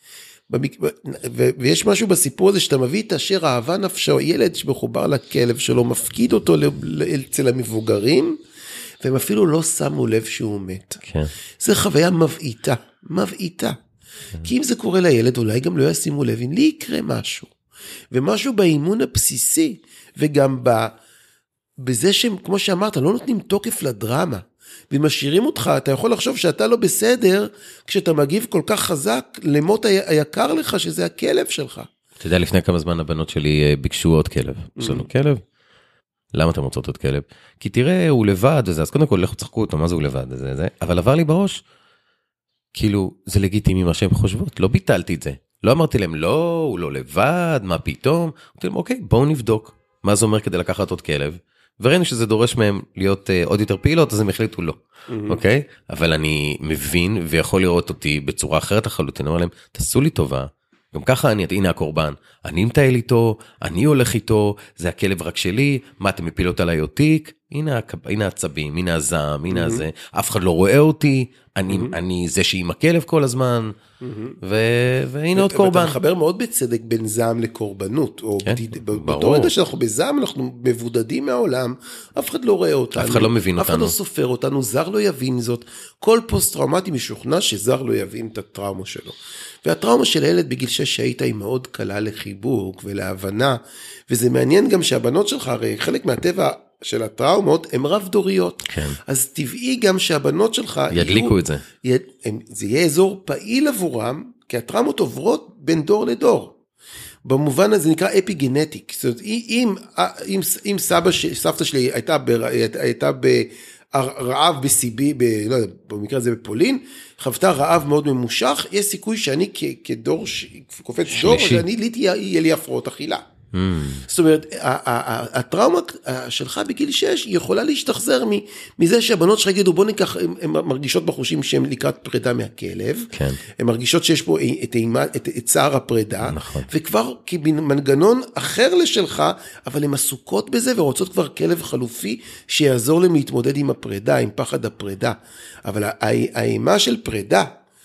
ויש משהו בסיפור הזה, שאתה מביא את אשר אהבה נפשו, ילד שמחובר לכלב שלו, מפקיד אותו אצל המבוגרים, והם אפילו לא שמו לב שהוא מת. זה חוויה מבעיטה, מבעיטה, כי אם זה קורה לילד, אולי גם לא ישימו לב, אם לי יקרה משהו, ומשהו באימון הבסיסי, וגם בזה שהם, כמו שאמרת, לא נותנים תוקף לדרמה, ומשאירים אותך, אתה יכול לחשוב שאתה לא בסדר, כשאתה מגיב כל כך חזק, למות היקר לך, שזה הכלב שלך. אתה יודע, לפני כמה זמן הבנות שלי ביקשו עוד כלב. יש לנו כלב? למה אתם רוצות עוד כלב? כי תראה, הוא לבד, וזה, אז קודם כל, לכו צחקו אותו, מה זה הוא לבד? זה, זה. אבל עבר לי בראש, כאילו, זה לגיטימי מה שהן חושבות, לא ביטלתי את זה. לא אמרתי להם, לא, הוא לא לבד, מה פתאום? אמרתי להם, אוקיי, בואו נבדוק. מה זה אומר כדי לקחת עוד כלב? וראינו שזה דורש מהם להיות uh, עוד יותר פעילות, אז הם החליטו לא, אוקיי? Mm-hmm. Okay? אבל אני מבין ויכול לראות אותי בצורה אחרת לחלוטין, אומר להם, תעשו לי טובה, גם ככה אני, הנה הקורבן, אני מטייל איתו, אני הולך איתו, זה הכלב רק שלי, מה אתם מפילות עליי אותיק? הנה, הנה הצבים, הנה הזעם, הנה mm-hmm. הזה, אף אחד לא רואה אותי, אני, mm-hmm. אני זה שעם הכלב כל הזמן, mm-hmm. ו... והנה עוד קורבן. ואתה מחבר מאוד בצדק בין זעם לקורבנות, או כן? בדיד... באותו רגע שאנחנו בזעם, אנחנו מבודדים מהעולם, אף אחד לא רואה אותנו, אף אחד לא מבין אף אותנו, אף אחד לא סופר אותנו, זר לא יבין זאת, כל פוסט-טראומטי משוכנע שזר לא יבין את הטראומה שלו. והטראומה של הילד בגיל שש שהיית היא מאוד קלה לחיבוק ולהבנה, וזה מעניין גם שהבנות שלך, הרי חלק מהטבע של הטראומות הן רב דוריות, כן. אז טבעי גם שהבנות שלך ידליקו יהיו, את זה. י, הם, זה יהיה אזור פעיל עבורם, כי הטראומות עוברות בין דור לדור. במובן הזה נקרא אפיגנטיק, זאת אומרת, אם, אם, אם סבא, סבתא שלי הייתה, ב, הייתה ברעב בסיבי, ב, לא יודע, במקרה הזה בפולין, חוותה רעב מאוד ממושך, יש סיכוי שאני כ, כדור, קופץ דור, שאני לי תהיה לי הפרעות אכילה. Mm. זאת אומרת, הטראומה שלך בגיל שש היא יכולה להשתחזר מזה שהבנות שלך יגידו, בוא ניקח, הן מרגישות בחושים שהן לקראת פרידה מהכלב, כן. הן מרגישות שיש פה את, את, את צער הפרידה, נכון. וכבר כמנגנון אחר לשלך, אבל הן עסוקות בזה ורוצות כבר כלב חלופי שיעזור להם להתמודד עם הפרידה, עם פחד הפרידה. אבל האימה של פרידה,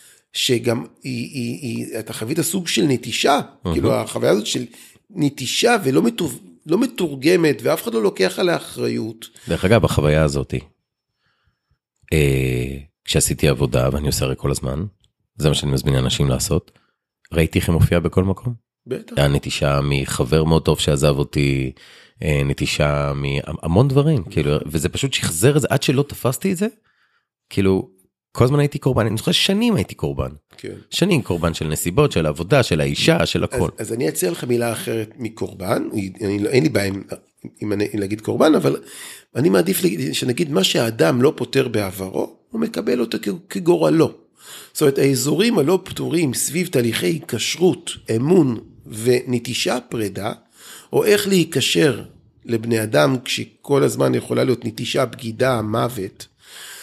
שגם היא, היא, היא, אתה חווית הסוג של נטישה, mm-hmm. כאילו החוויה הזאת של נטישה ולא מתור... לא מתורגמת, ואף אחד לא לוקח עליה אחריות. דרך אגב, בחוויה הזאת, אה, כשעשיתי עבודה, ואני עושה הרי כל הזמן, זה מה שאני מזמין אנשים לעשות, ראיתי איך הם מופיע בכל מקום. בטח. היה נטישה מחבר מאוד טוב שעזב אותי, אה, נטישה מהמון דברים, כאילו, וזה פשוט שחזר את זה, עד שלא תפסתי את זה, כאילו, כל הזמן הייתי קורבן, אני זוכר שנים הייתי קורבן. כן. שנים קורבן של נסיבות, של עבודה, של האישה, של הכל. אז, אז אני אציע לך מילה אחרת מקורבן, אני, אין לי בעיה עם, עם, עם להגיד קורבן, אבל אני מעדיף שנגיד מה שהאדם לא פותר בעברו, הוא מקבל אותו כגורלו. זאת אומרת, האזורים הלא פתורים סביב תהליכי כשרות, אמון ונטישה פרידה, או איך להיקשר לבני אדם, כשכל הזמן יכולה להיות נטישה, בגידה, מוות,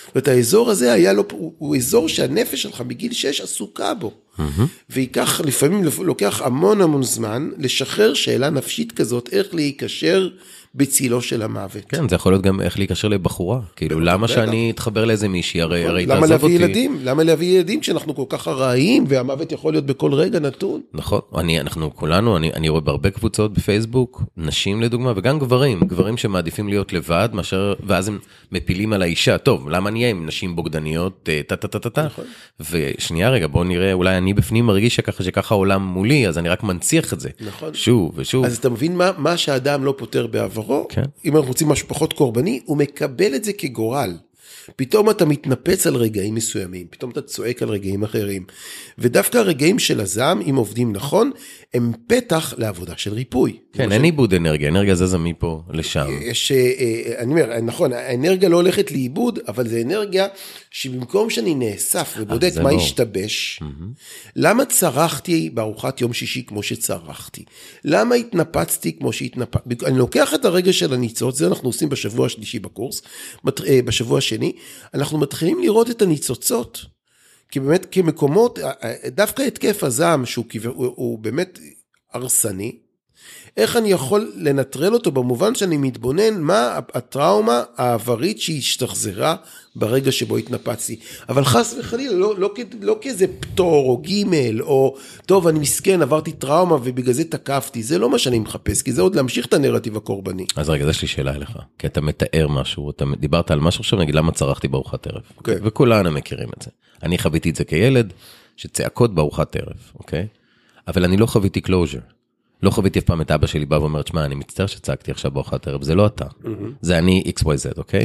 ואת האזור הזה היה לו, הוא, הוא אזור שהנפש שלך בגיל שש עסוקה בו. ויקח, לפעמים לוקח המון המון זמן, לשחרר שאלה נפשית כזאת, איך להיקשר בצילו של המוות. כן, זה יכול להיות גם איך להיקשר לבחורה. כאילו, למה שאני אתחבר לאיזה מישהי, הרי תעזוב אותי. למה להביא ילדים? למה להביא ילדים כשאנחנו כל כך הרעים, והמוות יכול להיות בכל רגע נתון? נכון, אני, אנחנו כולנו, אני, אני רואה בהרבה קבוצות בפייסבוק, נשים לדוגמה, וגם גברים, גברים שמעדיפים להיות לבד, מאשר, ואז הם מפילים על האישה. טוב, למה נהיה עם נשים בוגדניות, טה-טה-טה-טה, ושנייה רגע, בואו נראה, אולי אני בפנים מרגיש שככה, שככה העולם מולי, אז אני רק מנציח את זה. נכון. שוב ושוב. אז אתה מבין מה, מה שהאדם לא פותר בעברו, כן. אם אנחנו רוצים משהו פחות קורבני, הוא מקבל את זה כגורל. פתאום אתה מתנפץ על רגעים מסוימים, פתאום אתה צועק על רגעים אחרים. ודווקא הרגעים של הזעם, אם עובדים נכון, הם פתח לעבודה של ריפוי. כן, אין איבוד אנרגיה, אנרגיה זזה מפה לשם. יש, אני אומר, נכון, האנרגיה לא הולכת לאיבוד, אבל זה אנרגיה שבמקום שאני נאסף ובודק מה השתבש, למה צרחתי בארוחת יום שישי כמו שצרחתי? למה התנפצתי כמו שהתנפצתי? אני לוקח את הרגע של הניצוץ, זה אנחנו עושים בשבוע השלישי בקורס, בשבוע השני, אנחנו מתחילים לראות את הניצוצות, כי באמת כמקומות, דווקא התקף הזעם, שהוא הוא, הוא באמת הרסני, איך אני יכול לנטרל אותו במובן שאני מתבונן מה הטראומה העברית שהשתחזרה ברגע שבו התנפצתי. אבל חס וחלילה, לא, לא, לא כאיזה פטור או גימל, או טוב, אני מסכן, עברתי טראומה ובגלל זה תקפתי. זה לא מה שאני מחפש, כי זה עוד להמשיך את הנרטיב הקורבני. אז רגע, יש לי שאלה אליך. כי אתה מתאר משהו, אתה דיברת על משהו עכשיו, נגיד למה צרחתי בארוחת ערב. Okay. וכולנו מכירים את זה. אני חוויתי את זה כילד, שצעקות בארוחת ערב, אוקיי? אבל אני לא חוויתי closure. לא חוויתי אף פעם את אבא שלי בא ואומר, תשמע, אני מצטער שצעקתי עכשיו בארוחת ערב, זה לא אתה, זה אני אקס וואי זד, אוקיי?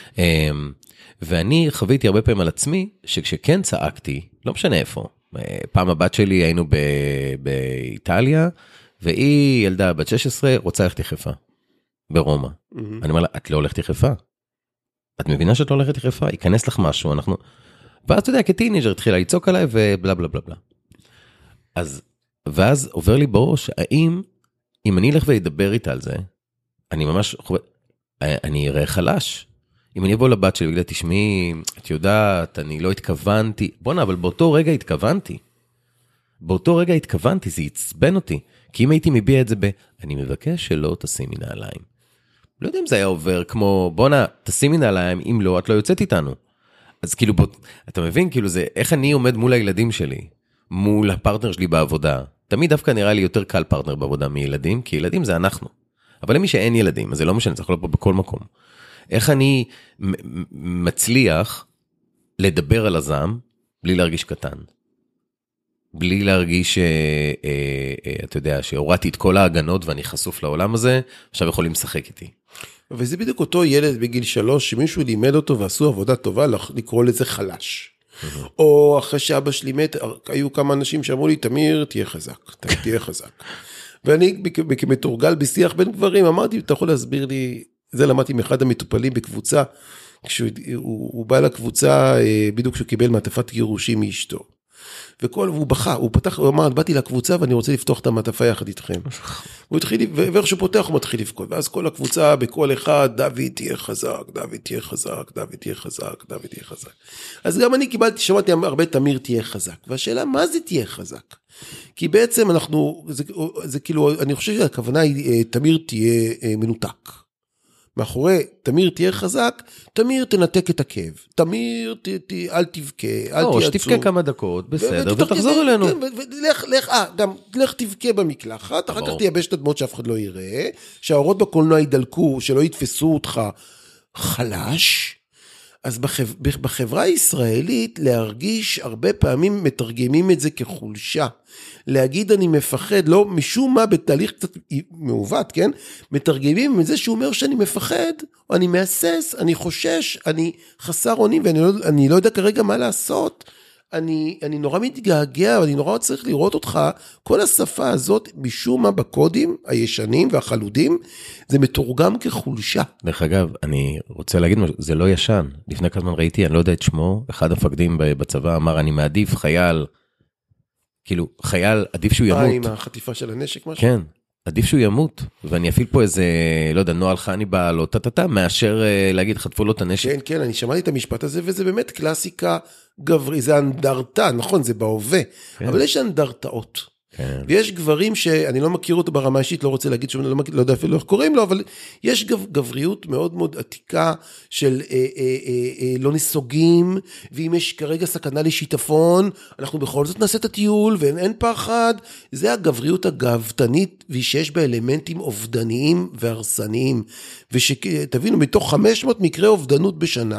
ואני חוויתי הרבה פעמים על עצמי, שכשכן צעקתי, לא משנה איפה, פעם הבת שלי היינו באיטליה, והיא ילדה בת שש עשרה, רוצה ללכת יחפה, ברומא. אני אומר לה, את לא הולכת יחפה? את מבינה שאת לא הולכת יחפה? ייכנס לך משהו, אנחנו... ואז אתה יודע, כטינג'ר התחילה לצעוק עליי, ובלה בלה בלה בלה. אז ואז עובר לי בראש, האם, אם אני אלך וידבר איתה על זה, אני ממש, אני אראה חלש. אם אני אבוא לבת שלי, בגלל תשמעי, את יודעת, אני לא התכוונתי, בוא'נה, אבל באותו רגע התכוונתי. באותו רגע התכוונתי, זה יצבן אותי. כי אם הייתי מביע את זה ב, אני מבקש שלא תשימי נעליים. לא יודע אם זה היה עובר כמו, בוא'נה, תשימי נעליים, אם לא, את לא יוצאת איתנו. אז כאילו, בוא, אתה מבין, כאילו זה, איך אני עומד מול הילדים שלי, מול הפרטנר שלי בעבודה. תמיד דווקא נראה לי יותר קל פרטנר בעבודה מילדים, כי ילדים זה אנחנו. אבל למי שאין ילדים, אז זה לא משנה, זה יכול להיות פה בכל מקום. איך אני מצליח לדבר על הזעם, בלי להרגיש קטן. בלי להרגיש, אתה יודע, שהורדתי את כל ההגנות ואני חשוף לעולם הזה, עכשיו יכולים לשחק איתי. וזה בדיוק אותו ילד בגיל שלוש, שמישהו לימד אותו ועשו עבודה טובה, לקרוא לזה חלש. או אחרי שאבא שלי מת, היו כמה אנשים שאמרו לי, תמיר, תהיה חזק, תהיה חזק. ואני כמתורגל בשיח בין גברים, אמרתי, אתה יכול להסביר לי, זה למדתי מאחד המטופלים בקבוצה, כשהוא בא לקבוצה, בדיוק כשהוא קיבל מעטפת גירושים מאשתו. וכל, והוא בכה, הוא פתח, הוא אמר, באתי לקבוצה ואני רוצה לפתוח את המעטפה יחד איתכם. הוא התחיל, ואיך שהוא פותח הוא מתחיל לבכות, ואז כל הקבוצה, בכל אחד, דוד תהיה חזק, דוד תהיה חזק, דוד תהיה חזק, דוד תהיה חזק. אז גם אני קיבלתי, שמעתי הרבה תמיר תהיה חזק, והשאלה, מה זה תהיה חזק? כי בעצם אנחנו, זה, זה כאילו, אני חושב שהכוונה היא, תמיר תהיה מנותק. מאחורי, תמיר תהיה חזק, תמיר תנתק את הכאב, תמיר ת, ת, אל תבכה, אל תהיה עצור. או שתבכה כמה דקות, בסדר, ותחזור אלינו. כן, ולך, לך, אה, גם, לך תבכה במקלחת, אחר כך תייבש את הדמות שאף אחד לא יראה, שהאורות בקולנוע ידלקו, שלא יתפסו אותך חלש, אז בחב, בחברה הישראלית להרגיש, הרבה פעמים מתרגמים את זה כחולשה. להגיד אני מפחד, לא משום מה בתהליך קצת מעוות, כן? מתרגמים את זה שהוא אומר שאני מפחד, או אני מאסס, אני חושש, אני חסר אונים, ואני לא, אני לא יודע כרגע מה לעשות. אני, אני נורא מתגעגע, ואני נורא צריך לראות אותך, כל השפה הזאת, משום מה בקודים הישנים והחלודים, זה מתורגם כחולשה. דרך אגב, אני רוצה להגיד משהו, זה לא ישן. לפני כמה זמן ראיתי, אני לא יודע את שמו, אחד המפקדים בצבא אמר, אני מעדיף חייל, כאילו, חייל עדיף שהוא ימות. אה, עם החטיפה של הנשק משהו? כן. עדיף שהוא ימות, ואני אפעיל פה איזה, לא יודע, נועל חניבל או טטטה, מאשר להגיד, חטפו לו את הנשק. כן, כן, אני שמעתי את המשפט הזה, וזה באמת קלאסיקה גברי, זה אנדרטה, נכון, זה בהווה, כן. אבל יש אנדרטאות. כן. ויש גברים שאני לא מכיר אותו ברמה אישית, לא רוצה להגיד שאני לא, לא יודע אפילו איך קוראים לו, אבל יש גב, גבריות מאוד מאוד עתיקה של אה, אה, אה, אה, לא נסוגים, ואם יש כרגע סכנה לשיטפון, אנחנו בכל זאת נעשה את הטיול, ואין פחד, זה הגבריות הגאוותנית, ושיש בה אלמנטים אובדניים והרסניים, ושתבינו, מתוך חמש מאות מקרי אובדנות בשנה,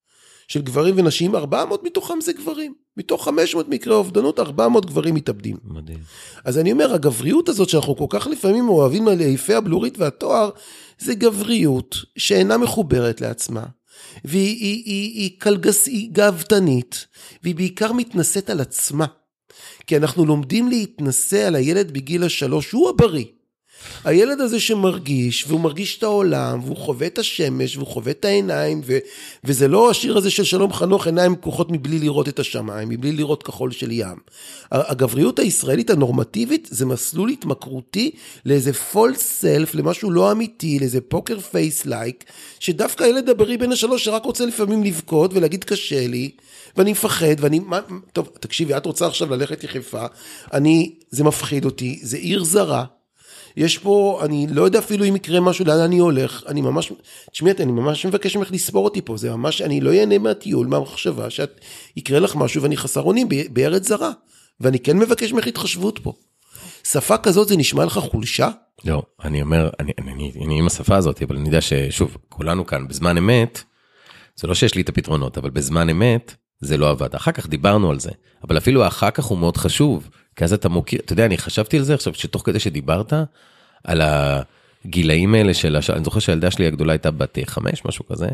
של גברים ונשים, ארבע מאות מתוכם זה גברים. מתוך חמש מאות מקרי אובדנות, ארבע מאות גברים מתאבדים. מדהים. אז אני אומר, הגבריות הזאת שאנחנו כל כך לפעמים אוהבים על יפי הבלורית והתואר, זה גבריות שאינה מחוברת לעצמה, והיא היא, היא, היא קלגס, היא גאוותנית, והיא בעיקר מתנשאת על עצמה. כי אנחנו לומדים להתנסה על הילד בגיל השלוש, הוא הבריא. הילד הזה שמרגיש, והוא מרגיש את העולם, והוא חווה את השמש, והוא חווה את העיניים, ו- וזה לא השיר הזה של שלום חנוך, עיניים פקוחות מבלי לראות את השמיים, מבלי לראות כחול של ים. הגבריות הישראלית הנורמטיבית, זה מסלול התמכרותי, לאיזה false self, למשהו לא אמיתי, לאיזה פוקר פייס לייק, שדווקא הילד הבריא בין השלוש, שרק רוצה לפעמים לבכות, ולהגיד קשה לי, ואני מפחד, ואני, מה, טוב, תקשיבי, את רוצה עכשיו ללכת יחפה, אני, זה מפחיד אותי, זה עיר זרה, יש פה, אני לא יודע אפילו אם יקרה משהו, לאן אני הולך, אני ממש, תשמעת, אני ממש מבקש ממך לספור אותי פה, זה ממש, אני לא יענה מהטיול, מהמחשבה, שאת יקרה לך משהו, ואני חסר אונים בארץ זרה, ואני כן מבקש ממך התחשבות פה. שפה כזאת, זה נשמע לך חולשה? לא, אני אומר, אני, אני, אני, אני עם השפה הזאת, אבל אני יודע ששוב, כולנו כאן, בזמן אמת, זה לא שיש לי את הפתרונות, אבל בזמן אמת, זה לא עבד. אחר כך דיברנו על זה, אבל אפילו אחר כך הוא מאוד חשוב, כי אז אתה מוכיר, אתה יודע, אני חשבתי על זה עכשיו, שתוך כדי שדיברת, על הגילאים האלה של, אני זוכר שהילדה שלי הגדולה הייתה בת חמש, משהו כזה,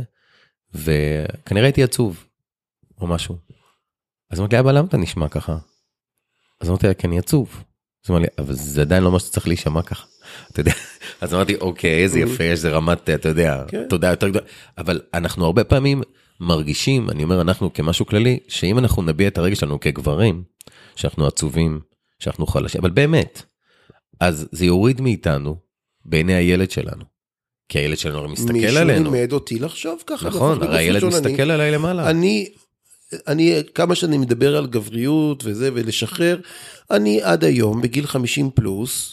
וכנראה הייתי עצוב, או משהו. אז אמרתי לי, אבא, למה אתה נשמע ככה? אז אמרתי לה, כי אני עצוב. אז אמרתי לי, אבל זה עדיין לא מה שצריך להישמע ככה. אתה יודע, אז אמרתי, אוקיי, איזה יפה, יש זה רמת, אתה יודע, תודה יותר גדולה, אבל אנחנו הרבה פעמים מרגישים, אני אומר, אנחנו כמשהו כללי, שאם אנחנו נביע את הרגש שלנו כגברים, שאנחנו עצובים, שאנחנו חלשים, אבל באמת, אז זה יוריד מאיתנו, בעיני הילד שלנו, כי הילד שלנו מסתכל עלינו. מישהו לימד אותי לחשוב ככה. נכון, הרי הילד מסתכל עליי למעלה. אני, אני, כמה שאני מדבר על גבריות וזה, ולשחרר, אני עד היום, בגיל חמישים פלוס,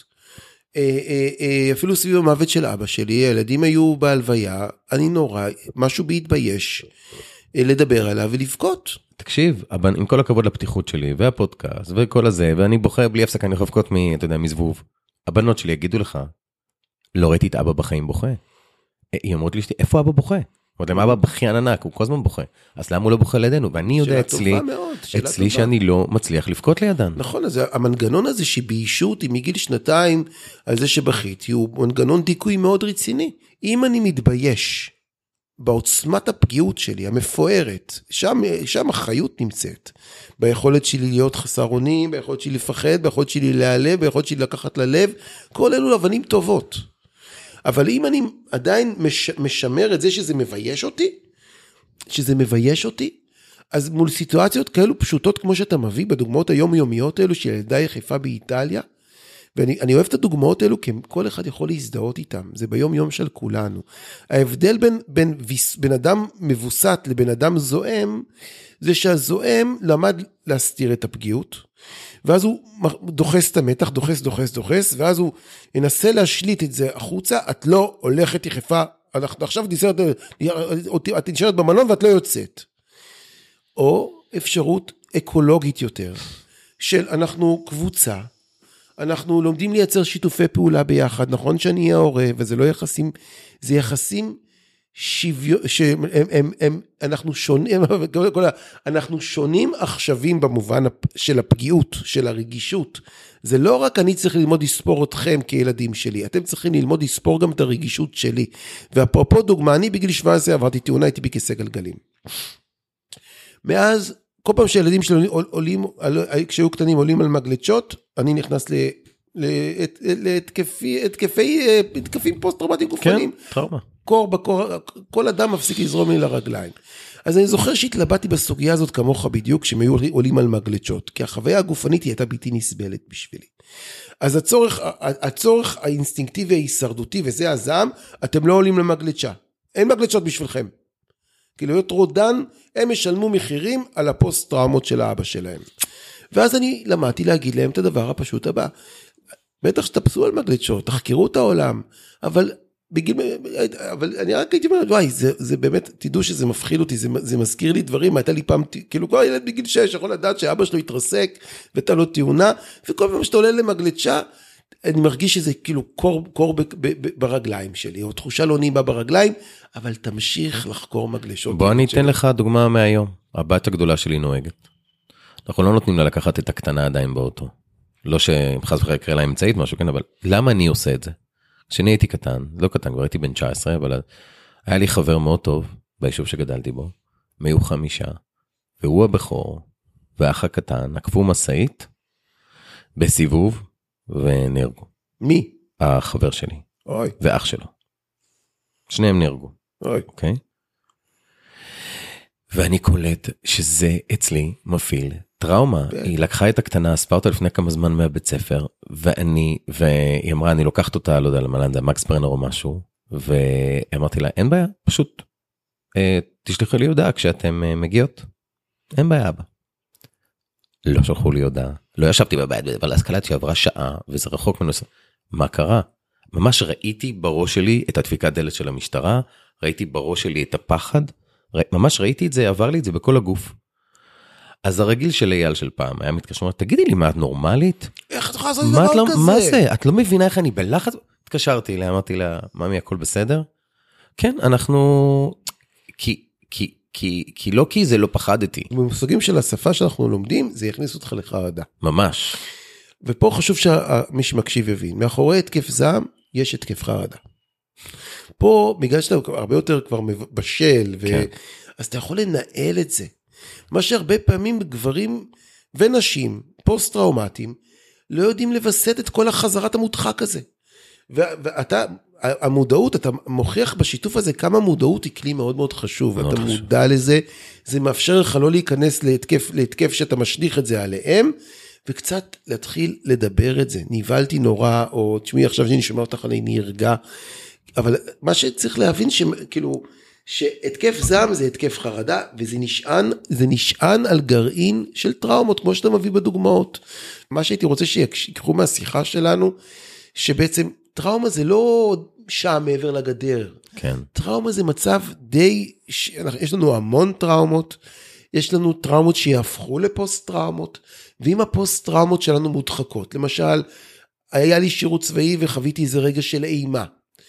אפילו סביב המוות של אבא שלי, הילדים היו בהלוויה, אני נורא, משהו בהתבייש, לדבר עליו ולבכות. תקשיב, אבל עם כל הכבוד לפתיחות שלי, והפודקאסט, וכל הזה, ואני בוכה בלי הפסקה, אני יכול לבכות מ, אתה יודע, מזבוב. הבנות שלי יגידו לך, לא ראיתי את אבא בחיים בוכה. היא אמרת לי, איפה אבא בוכה? עוד למה אבא בכיין ענק, הוא כל הזמן בוכה. אז למה הוא לא בוכה לידינו? ואני יודע אצלי, אצלי שאני לא מצליח לבכות לידן. נכון, אז המנגנון הזה שביישו אותי מגיל שנתיים, על זה שבכיתי, הוא מנגנון דיכוי מאוד רציני. אם אני מתבייש בעוצמת הפגיעות שלי, המפוארת, שם, שם החיות נמצאת. ביכולת שלי להיות חסר אונים, ביכולת שלי לפחד, ביכולת שלי להיעלב, ביכולת שלי לקחת ללב, כל אלו אבנים טובות. אבל אם אני עדיין מש, משמר את זה שזה מבייש אותי, שזה מבייש אותי, אז מול סיטואציות כאלו פשוטות כמו שאתה מביא, בדוגמאות היומיומיות האלו של ילדה יחפה באיטליה, ואני אני אוהב את הדוגמאות האלו, כי כל אחד יכול להזדהות איתם, זה ביום יום של כולנו. ההבדל בין, בין, בין אדם מבוסת לבן אדם זועם, זה שהזועם למד להסתיר את הפגיעות, ואז הוא דוחס את המתח, דוחס, דוחס, דוחס, ואז הוא ינסה להשליט את זה החוצה, את לא הולכת יחפה, עכשיו את נשארת במלון ואת לא יוצאת. או אפשרות אקולוגית יותר, של אנחנו קבוצה, אנחנו לומדים לייצר שיתופי פעולה ביחד, נכון שאני אהיה הורה, וזה לא יחסים, זה יחסים שוויון, שהם, הם, הם, אנחנו שונים, אנחנו שונים עכשווים במובן של הפגיעות, של הרגישות. זה לא רק אני צריך ללמוד לספור אתכם כילדים שלי, אתם צריכים ללמוד לספור גם את הרגישות שלי. ואפרופו דוגמה, אני בגיל שבע עשרה עברתי תאונה, הייתי בכיסא גלגלים. מאז, כל פעם שילדים שלי עולים, כשהיו קטנים עולים על מגלצ'ות, אני נכנס להתקפים פוסט-טראומטיים גופניים. כן, טראומה. קור בקור, כל אדם מפסיק לזרום לי לרגליים. אז אני זוכר שהתלבטתי בסוגיה הזאת כמוך בדיוק, כשהם היו עולים על מגלצ'ות, כי החוויה הגופנית היא הייתה בלתי נסבלת בשבילי. אז הצורך, הצורך האינסטינקטיבי ההישרדותי, וזה הזעם, אתם לא עולים למגלצ'ה. אין מגלצ'ות בשבילכם. כי להיות רודן, הם ישלמו מחירים על הפוסט-טראומות של האבא שלהם. ואז אני למדתי להגיד להם את הדבר הפשוט הבא. בטח שתפסו על מגלצ'ות, תחקרו את העולם, אבל בגיל, אבל אני רק הייתי אומר, וואי, זה, זה באמת, תדעו שזה מפחיד אותי, זה, זה מזכיר לי דברים, הייתה לי פעם, כאילו כל ילד בגיל שש, יכול לדעת שאבא שלו יתרסק, ואתה לא תאונה, וכל פעם שאתה עולה למגלצ'ה, אני מרגיש שזה כאילו קור, קור ב, ב, ב, ברגליים שלי, או תחושה לא נעימה ברגליים, אבל תמשיך לחקור מגלשות. בוא אני אתן לך דוגמה מהיום, הבת הגדולה שלי נוהגת. אנחנו לא נותנים לה לקחת את הקטנה עדיין באוטו. לא שחס וחלילה יקרה לה אמצעית משהו, כן, אבל למה אני עושה את זה? כשאני הייתי קטן, לא קטן, כבר הייתי בן תשע עשרה, אבל היה לי חבר מאוד טוב, ביישוב שגדלתי בו, מיהו חמישה, והוא הבכור, והאח הקטן, עקפו מסעית, בסיבוב, ונהרגו. מי? החבר שלי. אוי. ואח שלו. שניהם נהרגו. אוי. אוקיי? ואני קולט שזה אצלי מפעיל טראומה. היא לקחה את הקטנה, אספה אותה לפני כמה זמן מהבית ספר, ואני, והיא אמרה, אני לוקחת אותה, לא יודע למה, זה מקס ברנר או משהו, ואמרתי לה, אין בעיה, פשוט, תשלחו לי הודעה כשאתם מגיעות. אין בעיה, אבא. לא שלחו לי הודעה, לא ישבתי בבית, אבל להשכלה שעברה שעה, וזה רחוק מנוסע. מה קרה? ממש ראיתי בראש שלי את הדפיקת דלת של המשטרה, ראיתי בראש שלי את הפחד, ממש ראיתי את זה, עבר לי את זה בכל הגוף. אז הרגיל של אייל של פעם, היה מתקשר, תגידי לי, מה את נורמלית? איך את יכולה לעשות דבר לא, כזה? מה זה? את לא מבינה איך אני בלחץ? התקשרתי לה, אמרתי לה, ממי, הכל בסדר? כן, אנחנו... כי, כי, כי, כי לא כי זה לא פחדתי. במושגים של השפה שאנחנו לומדים, זה יכניס אותך לחרדה. ממש. ופה חשוב שמי שמקשיב יבין, מאחורי התקף זעם, יש התקף חרדה. פה, בגלל שאתה הרבה יותר כבר בשל, ו... כן. אז אתה יכול לנהל את זה. מה שהרבה פעמים גברים ונשים, פוסט-טראומטיים, לא יודעים לבסט את כל החזרת המודחק הזה. ו... ואתה, המודעות, אתה מוכיח בשיתוף הזה כמה מודעות היא כלי מאוד מאוד חשוב. מאוד אתה חשוב. מודע לזה, זה מאפשר לך לא להיכנס להתקף, להתקף שאתה משליך את זה עליהם, וקצת להתחיל לדבר את זה. ניבלתי נורא, או תשמעי עכשיו שאני שומע אותך, אני נרגע. אבל מה שצריך להבין, שכאילו, שהתקף זעם זה התקף חרדה, וזה נשען, זה נשען על גרעין של טראומות, כמו שאתה מביא בדוגמאות. מה שהייתי רוצה שיקחו מהשיחה שלנו, שבעצם טראומה זה לא שעה מעבר לגדר. כן. טראומה זה מצב די, יש לנו המון טראומות, יש לנו טראומות שיהפכו לפוסט טראומות, ואם הפוסט טראומות שלנו מודחקות, למשל, היה לי שירות צבאי וחוויתי איזה רגע של אימה,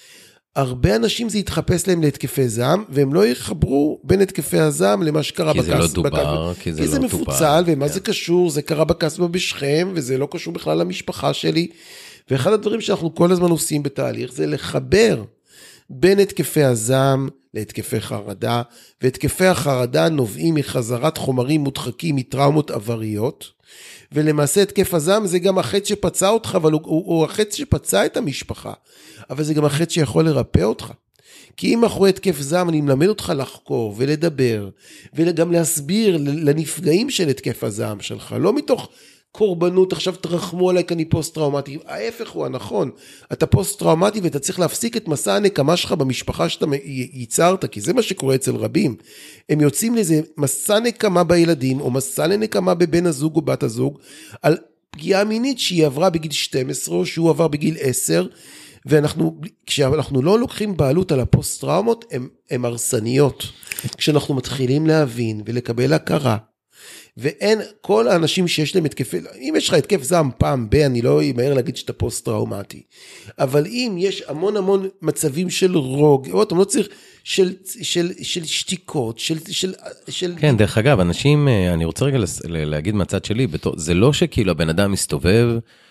הרבה אנשים זה יתחפש להם להתקפי זעם, והם לא יחברו בין התקפי הזעם למה שקרה בקסבה. כי זה לא דובר, כי זה לא זה מפוצל, ומה זה קשור, זה קרה בקסבה בשכם, וזה לא קשור בכלל למשפחה שלי, ואחד הדברים שאנחנו כל הזמן עושים בתהליך, זה לחבר בין התקפי הזעם להתקפי חרדה, והתקפי החרדה נובעים מחזרת חומרים מודחקים מטראומות עבריות, ולמעשה התקף הזעם זה גם החץ שפצע אותך, אבל הוא, הוא, הוא החץ שפצע את המשפחה, אבל זה גם החץ שיכול לרפא אותך. כי אם אחרי התקף זעם אני מלמד אותך לחקור ולדבר, וגם להסביר לנפגעים של התקף הזעם שלך, לא מתוך קורבנות, עכשיו תרחמו עליי כי אני פוסט-טראומטי, ההפך הוא הנכון, אתה פוסט-טראומטי ואתה צריך להפסיק את מסע הנקמה שלך במשפחה שאתה ייצרת, כי זה מה שקורה אצל רבים, הם יוצאים לזה מסע נקמה בילדים, או מסע לנקמה בבן הזוג או בת הזוג, על פגיעה מינית שהיא עברה בגיל שתים עשרה, או שהוא עבר בגיל עשר, ואנחנו, כשאנחנו לא לוקחים בעלות על הפוסט-טראומות, הן הרסניות, כשאנחנו מתחילים להבין ולקבל הכרה, ואין, כל האנשים שיש להם התקף, אם יש לך התקף זעם פעם ב, אני לא אמהר להגיד שאתה פוסט-טראומטי, אבל אם יש המון המון מצבים של רוג, או אתה לא צריך, של, של, של שתיקות, של, של, של... כן, דרך אגב, אנשים, אני רוצה רגע להגיד מהצד שלי, זה לא שכאילו הבן אדם מסתובב,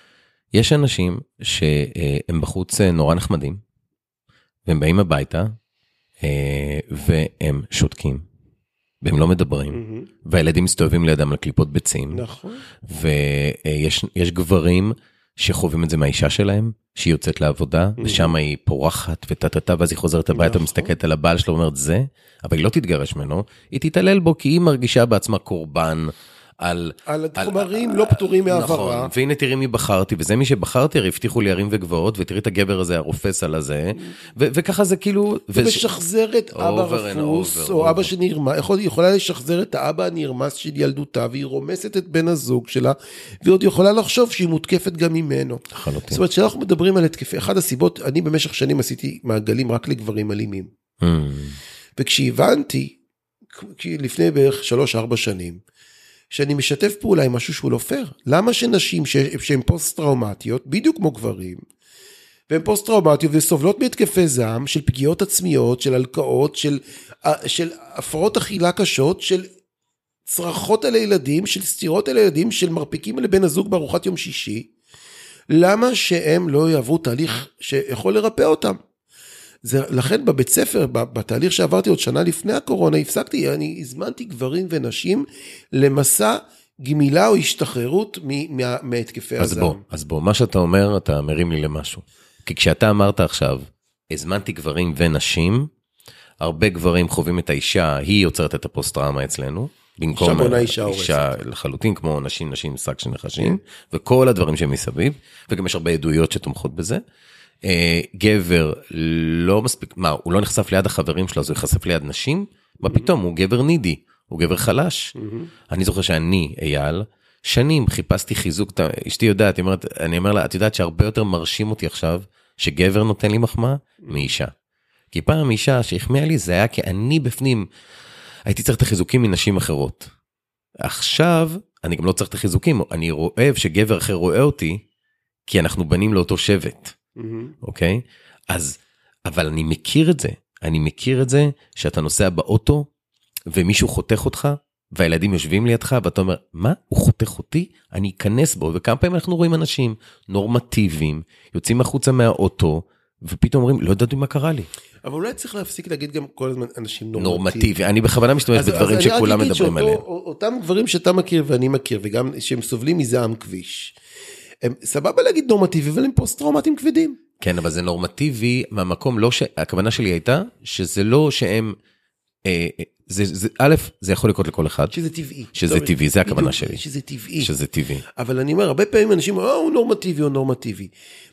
יש אנשים שהם בחוץ נורא נחמדים, והם באים הביתה, והם שותקים. והם לא מדברים, והילדים מסתובבים לידם לקליפות ביצים, נכון. ויש יש גברים שחווים את זה מהאישה שלהם, שהיא יוצאת לעבודה, ושם היא פורחת וטטטה, ואז היא חוזרת הביתה, מסתכלת על הבעל שלה, ואומרת זה, אבל היא לא תתגרש ממנו, היא תתעלל בו, כי היא מרגישה בעצמה קורבן, על... על חומרים לא פטורים מהעברה. נכון, והנה תראי מי בחרתי, וזה מי שבחרתי, הרי הבטיחו לי ערים וגבעות, ותראי את הגבר הזה, הרופס על הזה, וככה זה כאילו... ומשחזר את אבא רפוס, או אבא שנרמס, יכולה לשחזר את האבא הנרמס של ילדותה, והיא רומסת את בן הזוג שלה, והיא עוד יכולה לחשוב שהיא מותקפת גם ממנו. זאת אומרת, כשאנחנו מדברים על התקפי, אחת הסיבות, אני במשך שנים עשיתי מעגלים רק לגברים אלימים. וכשהבנתי, לפני בערך שלוש, ארבע שנים, שאני משתף פעולה עם משהו שהוא לא פייר. למה שנשים שהן פוסט-טראומטיות, בדיוק כמו גברים, והן פוסט-טראומטיות וסובלות מהתקפי זעם, של פגיעות עצמיות, של הלקאות, של, של הפרעות אכילה קשות, של צרחות על הילדים, של סתירות על הילדים, של מרפיקים לבן הזוג בארוחת יום שישי, למה שהם לא יעברו תהליך שיכול לרפא אותם? זה, לכן בבית ספר, בתהליך שעברתי עוד שנה לפני הקורונה, הפסקתי, אני הזמנתי גברים ונשים למסע גמילה או השתחררות מהתקפי הזעם. אז בוא, אז בוא, מה שאתה אומר, אתה מרים לי למשהו. כי כשאתה אמרת עכשיו, הזמנתי גברים ונשים, הרבה גברים חווים את האישה, היא יוצרת את הפוסט-טראומה אצלנו, במקום אישה, אישה לחלוטין, כמו נשים, נשים, שק של נחשים, וכל הדברים שמסביב, וגם יש הרבה עדויות שתומכות בזה. גבר לא מספיק, מה, הוא לא נחשף ליד החברים שלו, אז הוא יחשף ליד נשים? מה פתאום, הוא גבר נידי, הוא גבר חלש. אני זוכר שאני, אייל, שנים חיפשתי חיזוק, אשתי יודעת, אני אומר לה, את יודעת שהרבה יותר מרשים אותי עכשיו, שגבר נותן לי מחמאה, מאישה. כי פעם אישה שהחמיאה לי, זה היה כי אני בפנים, הייתי צריך את החיזוקים מנשים אחרות. עכשיו, אני גם לא צריך את החיזוקים, אני אוהב שגבר אחר רואה אותי, כי אנחנו בנים לאותו שבט. אוקיי? אז, אבל אני מכיר את זה, אני מכיר את זה, שאתה נוסע באוטו, ומישהו חותך אותך, והילדים יושבים לידך, ואתה אומר, מה? הוא חותך אותי? אני אכנס בו, וכמה פעמים אנחנו רואים אנשים נורמטיביים, יוצאים החוצה מהאוטו, ופתאום אומרים, לא ידעתי מה קרה לי. אבל אולי צריך להפסיק להגיד גם כל הזמן אנשים נורמטיביים. נורמטיבי, אני בכוונה משתמש בדברים שכולם מדברים עליהם. אותם דברים שאתה מכיר ואני מכיר, וגם שהם סובלים מזעם כביש, הם סבבה להגיד נורמטיבי, אבל הם פוסט-טראומטיים כבדים. כן, אבל זה נורמטיבי, מהמקום לא ש... הכוונה שלי הייתה, שזה לא שהם... אה, זה, זה, א', זה יכול לקרות לכל אחד. שזה טבעי. שזה טבעי, זה הכוונה שלי. שזה טבעי. שזה טבעי. אבל אני אומר, הרבה פעמים אנשים אומרים, הוא נורמטיבי או נורמטיבי.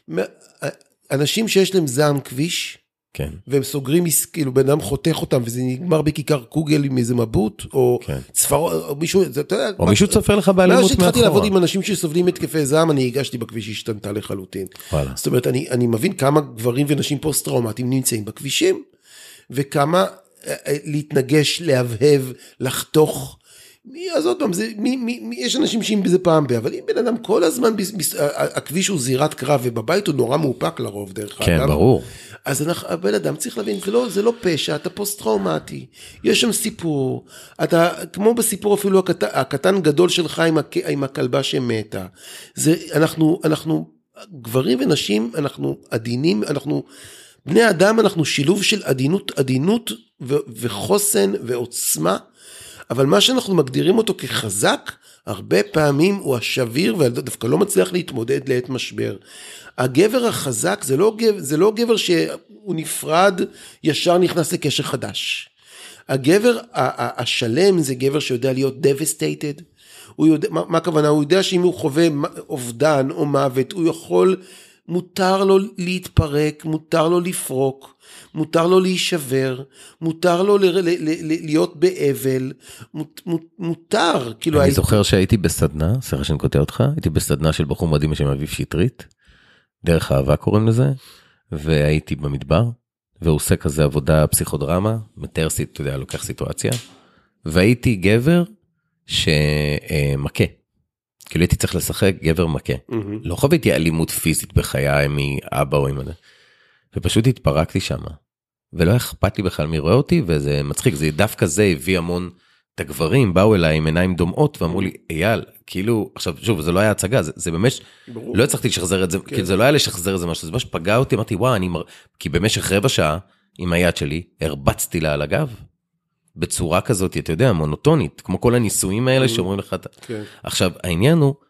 אנשים שיש להם זעם כביש, כן. והם סוגרים, כאילו בן אדם חותך אותם, וזה נגמר בכיכר קוגל עם איזה מבוט, או כן. צפר, או מישהו, אתה יודע, או מישהו צופר לך באלימות מאחורה. מאז שהתחלתי לעבוד עם אנשים שסובלים התקפי זעם, אני הגשתי בכביש השתנתה לחלוטין. וואלה. זאת אומרת, אני, אני מבין כמה גברים ונשים פוסט-טראומטיים נמצאים בכבישים, וכמה להתנגש, להבהב, לחתוך, אז עוד פעם, זה, מי, מי, מי, יש אנשים שהם בזה פעם בה, אבל אם בן אדם כל הזמן, בס, בס, הכביש הוא זירת קרב, ובבית הוא נורא מאופק לרוב דרך כן, אדם. ברור. אז אנחנו, הבן אדם צריך להבין, זה לא, זה לא פשע, אתה פוסט-טראומטי, יש שם סיפור, אתה, כמו בסיפור אפילו הקטן, הקטן גדול שלך עם, הק, עם הכלבה שמתה, זה, אנחנו, אנחנו, גברים ונשים, אנחנו עדינים, אנחנו, בני אדם, אנחנו שילוב של עדינות, עדינות ו, וחוסן ועוצמה, אבל מה שאנחנו מגדירים אותו כחזק, הרבה פעמים הוא השביר, ודווקא לא מצליח להתמודד לעת משבר. הגבר החזק זה לא גבר, זה לא גבר שהוא נפרד, ישר נכנס לקשר חדש. הגבר השלם זה גבר שיודע להיות devastated, הוא יודע, מה, מה הכוונה? הוא יודע שאם הוא חווה אובדן או מוות, הוא יכול, מותר לו להתפרק, מותר לו לפרוק, מותר לו להישבר, מותר לו ל- ל- ל- להיות באבל, מות, מותר. כאילו אני היית... זוכר שהייתי בסדנה, סליחה שאני קוטע אותך, הייתי בסדנה של בחור מדהים בשם אביב שטרית, דרך אהבה קוראים לזה, והייתי במדבר, והוא עושה כזה עבודה פסיכודרמה, מתאר, אתה יודע, לוקח סיטואציה, והייתי גבר שמכה. כאילו הייתי צריך לשחק גבר מכה. Mm-hmm. לא חוויתי אלימות פיזית בחיי מאבא או אמא. ופשוט התפרקתי שם. ולא אכפת לי בכלל מי רואה אותי, וזה מצחיק, זה דווקא זה הביא המון את הגברים, באו אליי עם עיניים דומעות, ואמרו לי, אייל, כאילו, עכשיו, שוב, זה לא היה הצגה, זה, זה ממש, ברור. לא הצלחתי לשחזר את זה, כן. כאילו זה לא היה לשחזר את זה משהו, זה ממש פגע אותי, אמרתי, וואו, אני מר... כי במשך רבע שעה, עם היד שלי, הרבצתי לה על הגב, בצורה כזאת, אתה יודע, מונוטונית, כמו כל הניסויים האלה שאומרים לך, כן. עכשיו, העניין הוא,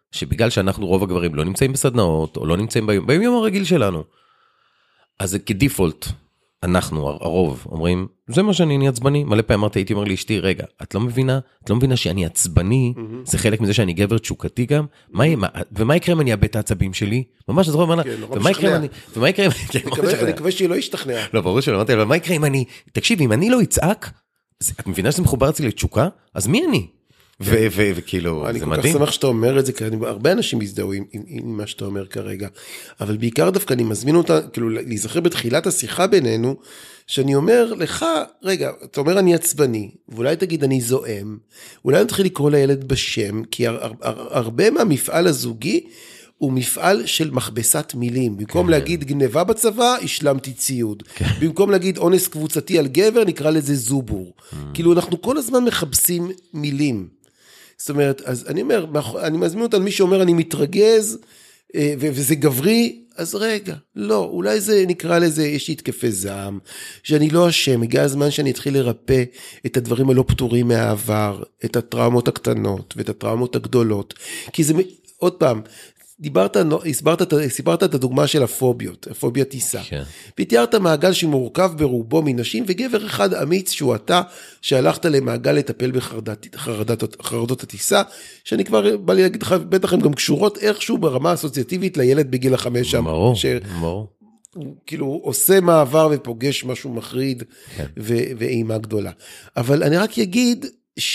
שבגלל שאנחנו רוב הגברים לא נמצאים בסדנאות, או לא נמצאים ביום, ביום יום הרגיל שלנו, אז זה כדיפולט, אנחנו, הרוב, אומרים, זה מה שאני, אני עצבני, מלא פעמים אמרתי, הייתי אומר לי, אשתי, רגע, את לא מבינה, את לא מבינה שאני עצבני, זה חלק מזה שאני גבר תשוקתי גם, ומה יקרה אם אני אאבד את העצבים שלי? ממש, אז רוב, ומה יקרה אם אני, ומה יקרה אם אני, אני מקווה שהיא לא ישתכנע. לא, ברור שלא, אמרתי, אבל מה יקרה אם אני, תקשיב, אם אני לא אצעק, את מבינה שזה מחובר אצלי לתשוקה? אז מי אני? וכאילו, זה מדהים. אני כל כך שמח שאתה אומר את זה, כי הרבה אנשים הזדהו עם מה שאתה אומר כרגע, אבל בעיקר דווקא אני מזמין אותה, כאילו, להיזכר בתחילת השיחה בינינו, שאני אומר לך, רגע, אתה אומר אני עצבני, ואולי תגיד אני זועם, אולי נתחיל לקרוא לילד בשם, כי הרבה מהמפעל הזוגי, הוא מפעל של מכבסת מילים. במקום להגיד גניבה בצבא, השלמתי ציוד. במקום להגיד אונס קבוצתי על גבר, נקרא לזה זובור. כאילו אנחנו כל הזמן מחבסים מילים. זאת אומרת, אז אני אומר, אני מזמין אותה על מי שאומר אני מתרגז, וזה גברי, אז רגע, לא, אולי זה נקרא לזה, יש לי התקפי זעם, שאני לא אשם, הגיע הזמן שאני אתחיל לרפא את הדברים הלא פתורים מהעבר, את הטראומות הקטנות, ואת הטראומות הגדולות, כי זה, עוד פעם, דיברת, הסברת, סיפרת את הדוגמה של הפוביות, הפוביה טיסה. כן. ותיארת מעגל שמורכב ברובו מנשים, וגבר אחד אמיץ שהוא אתה, שהלכת למעגל לטפל בחרדת, חרדת, חרדות הטיסה, שאני כבר בא לי להגיד לך, בטח הן גם קשורות איכשהו ברמה אסוציאטיבית לילד בגיל החמש שם. ברור, ברור. הוא כאילו עושה מעבר ופוגש משהו מחריד, כן. ו- ואימה גדולה. אבל אני רק אגיד,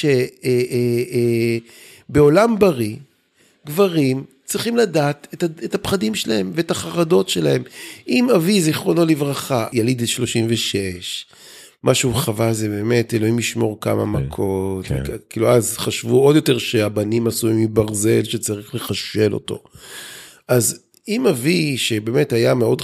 שבעולם בריא, גברים, צריכים לדעת את, את הפחדים שלהם ואת החרדות שלהם. אם אבי זיכרונו לברכה, יליד שלושים ושש, מה שהוא חווה זה באמת, אלוהים ישמור כמה מכות, כן. כאילו אז חשבו עוד יותר שהבנים עשויים מברזל שצריך לחשל אותו. אז אם אבי שבאמת היה מאוד,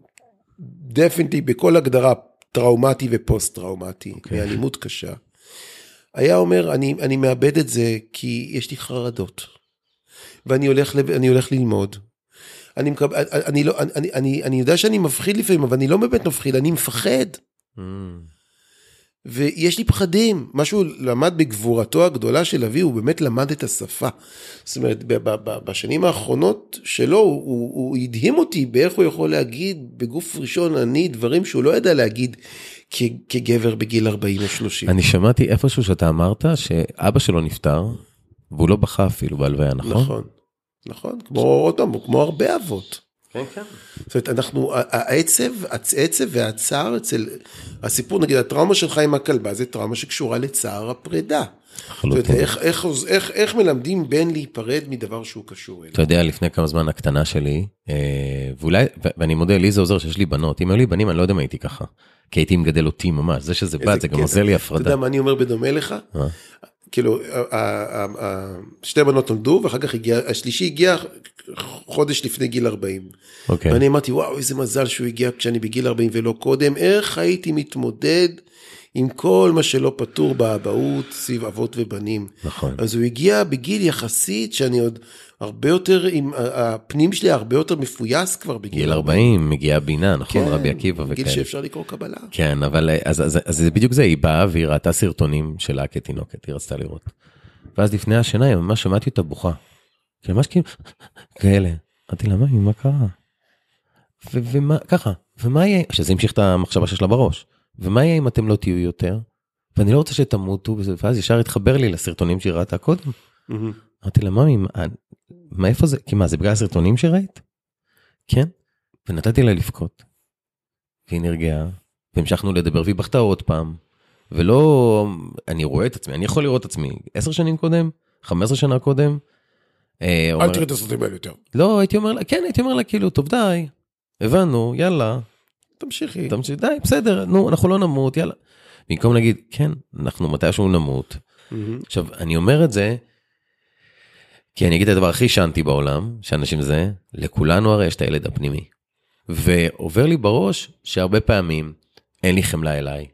דפנטי בכל הגדרה טראומטי ופוסט טראומטי, okay. מאלימות קשה, היה אומר, אני, אני מאבד את זה כי יש לי חרדות. ואני הולך, אני הולך ללמוד. אני, מקבל, אני, לא, אני, אני, אני יודע שאני מפחיד לפעמים, אבל אני לא באמת מפחיד, אני מפחד. Mm. ויש לי פחדים. מה שהוא למד בגבורתו הגדולה של אבי, הוא באמת למד את השפה. זאת אומרת, בשנים האחרונות שלו, הוא, הוא, הוא הדהים אותי באיך הוא יכול להגיד בגוף ראשון אני דברים שהוא לא ידע להגיד כ, כגבר בגיל ארבעים או שלושים. אני שמעתי איפשהו שאתה אמרת שאבא שלו נפטר, והוא לא בכה אפילו בהלוויה, נכון? נכון, נכון, כמו אותם, כמו הרבה אבות. כן, כן. זאת אומרת, אנחנו, העצב, העצב והצער אצל, הסיפור, נגיד, הטראומה שלך עם הכלבה, זה טראומה שקשורה לצער הפרידה. זאת אומרת, איך, איך, איך, איך מלמדים בן להיפרד מדבר שהוא קשור אליו? אתה יודע, לפני כמה זמן הקטנה שלי, ואולי, ואני מודה, לי זה עוזר שיש לי בנות, אם היו לי בנים, אני לא יודע מה הייתי ככה, כי הייתי מגדל אותי ממש, זה שזה בת, זה גם עוזר לי הפרדה. אתה יודע מה אני אומר בדומה לך? כאילו, שתי בנות נולדו, ואחר כך הגיע, השלישי הגיע חודש לפני גיל ארבעים. אוקיי. ואני אמרתי, וואו, איזה מזל שהוא הגיע כשאני בגיל ארבעים ולא קודם, איך הייתי מתמודד עם כל מה שלא פתור באבהות, סביב אבות ובנים. נכון. אז הוא הגיע בגיל יחסית, שאני עוד הרבה יותר, עם הפנים שלי הרבה יותר מפויס כבר בגיל גיל ארבעים, מגיעה בינה, נכון, כן, רבי עקיבא וכאלה. גיל שאפשר לקרוא קבלה. כן, אבל אז, אז, אז זה בדיוק זה, היא באה והיא ראתה סרטונים שלה כתינוקת, היא רצתה לראות. ואז לפני השנה, היא ממש שמעתי אותה בוכה. ממש כאילו, כאלה. אמרתי לה, מה קרה? ו- ומה, ככה, ומה יהיה, שזה המשיך את המחשבה שיש לה בראש. ומה יהיה אם אתם לא תהיו יותר? ואני לא רוצה שתמותו, ואז ישר התחבר לי לסרטונים שהיא ראתה קודם. אמרתי לה, ממי, מה איפה זה? כי מה, זה בגלל הסרטונים שראית? כן? ונתתי לה לפקות. והיא נרגעה, והמשכנו לדבר, והיא בכתה עוד פעם. ולא, אני רואה את עצמי, אני יכול לראות את עצמי, עשר שנים קודם, חמש עשרה שנה קודם. אל תראה את הסרטים האלה יותר. לא, הייתי אומר לה, כן, הייתי אומר לה, כאילו, טוב די, הבנו, יאללה. תמשיכי. תמשיכי, די, בסדר, נו, אנחנו לא נמות, יאללה. במקום להגיד, כן, אנחנו מתישהו נמות. עכשיו, אני אומר את זה, כי אני אגיד את הדבר הכי שנתי בעולם, שאנשים זה, לכולנו הרי יש את הילד הפנימי. ועובר לי בראש שהרבה פעמים אין לי חמלה אליי.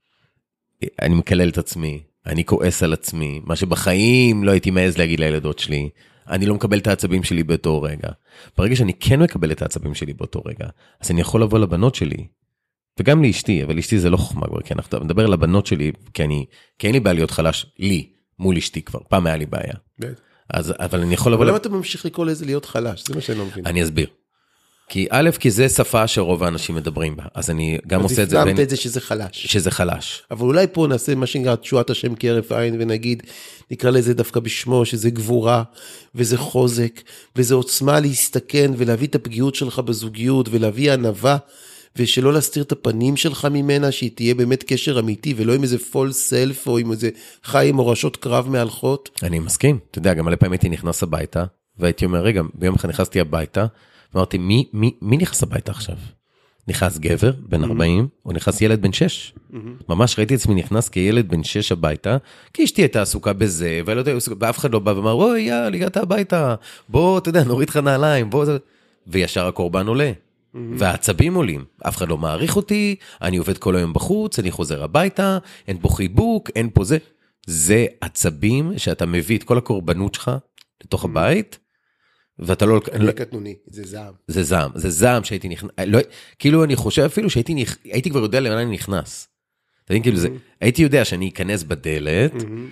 אני מקלל את עצמי, אני כועס על עצמי, מה שבחיים לא הייתי מעז להגיד לילדות שלי, אני לא מקבל את העצבים שלי באותו רגע. ברגע שאני כן מקבל את העצבים שלי באותו רגע, אז אני יכול לבוא לבנות שלי, וגם לאשתי, אבל אשתי זה לא חוכמה כבר, כי אנחנו מדבר לבנות שלי, כי אני, כי אין לי בעיה להיות חלש לי, מול אשתי כבר, פעם היה לי בעיה. אז, אבל אני יכול לבוא... אבל למה אתה ממשיך לקרוא לזה להיות חלש? זה מה שאני לא מבין. אני אסביר. כי א', כי זה שפה שרוב האנשים מדברים בה, אז אני גם עושה את זה... אז הפנמת את זה שזה חלש. שזה חלש. אבל אולי פה נעשה מה שנקרא תשועת השם כהרף עין, ונגיד, נקרא לזה דווקא בשמו, שזה גבורה, וזה חוזק, וזה עוצמה להסתכן, ולהביא את הפגיעות שלך בזוגיות, ולהביא ענווה, ושלא להסתיר את הפנים שלך ממנה, שהיא תהיה באמת קשר אמיתי, ולא עם איזה פול סלף, או עם איזה חי עם הורשות קרב מהלכות. אני מסכים. אתה יודע, גם מלא פעמים הייתי נכנס הביתה, והייתי אומר, רגע, ביום אחד נכנסתי הביתה, אמרתי, מי, מי, מי נכנס הביתה עכשיו? נכנס גבר, בן ארבעים, או נכנס ילד בן שש. ממש ראיתי עצמי נכנס כילד בן שש הביתה, כי אשתי הייתה עסוקה בזה, ואף אחד לא בא ואמר, אוי, יאללה, הגעת הביתה, בוא, אתה יודע, נוריד לך נעליים, בוא, וישר הקורבן עולה. והעצבים עולים, אף אחד לא מעריך אותי, אני עובד כל היום בחוץ, אני חוזר הביתה, אין פה חיבוק, אין פה זה. זה עצבים שאתה מביא את כל הקורבנות שלך לתוך הבית, ואתה לא... אני קטנוני, זה זעם. זה זעם, זה זעם שהייתי נכנס, לא, כאילו אני חושב אפילו שהייתי נכ... הייתי כבר יודע למה אני נכנס. אתה יודע, כאילו זה, הייתי יודע שאני אכנס בדלת,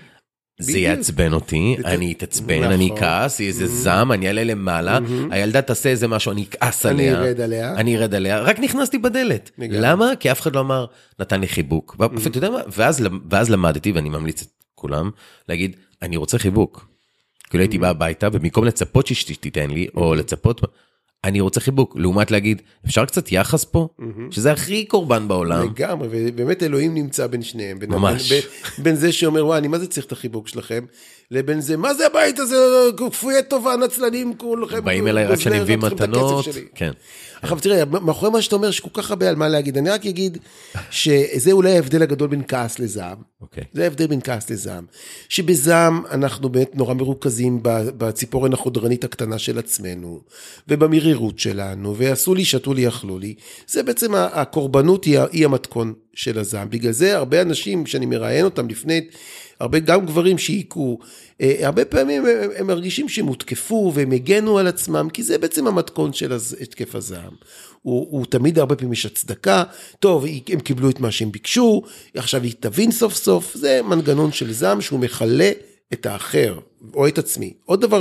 זה יעצבן אותי, אני אתעצבן, אני אכעס, איזה זעם, אני אעלה למעלה, הילדה תעשה איזה משהו, אני אכעס עליה. אני ארד עליה. אני ארד עליה, רק נכנסתי בדלת. למה? כי אף אחד לא אמר, נתן לי חיבוק. ואתה יודע מה? ואז למדתי, ואני ממליץ את כולם, להגיד, אני רוצה חיבוק. כאילו הייתי בא הביתה, ובמקום לצפות שתיתן לי, או לצפות, אני רוצה חיבוק. לעומת להגיד, אפשר קצת יחס פה? שזה הכי קורבן בעולם. לגמרי, ובאמת אלוהים נמצא בין שניהם. ממש. בין זה שאומר, וואי, אני מה זה צריך את החיבוק שלכם? לבין זה, מה זה הבית הזה? כפויי טובה, נצלנים, כולכם. באים אליי רק שאני מביא מתנות. כן. עכשיו תראה, מאחורי מה שאתה אומר, שכל כך הרבה על מה להגיד, אני רק אגיד שזה אולי ההבדל הגדול בין כעס לזעם. זה ההבדל בין כעס לזעם. שבזעם אנחנו באמת נורא מרוכזים בציפורן החודרנית הקטנה של עצמנו, ובמרירות שלנו, ועשו לי, שתו לי, אכלו לי. זה בעצם הקורבנות היא המתכון של הזעם. בגלל זה הרבה אנשים שאני מראיין אותם לפני, הרבה גם גברים שהיקו, הרבה פעמים הם, הם מרגישים שהם הותקפו והם הגנו על עצמם, כי זה בעצם המתכון של התקף הזעם. הוא, הוא תמיד הרבה פעמים יש הצדקה, טוב, הם קיבלו את מה שהם ביקשו, עכשיו היא תבין סוף סוף, זה מנגנון של זעם שהוא מחלה את האחר, או את עצמי. עוד דבר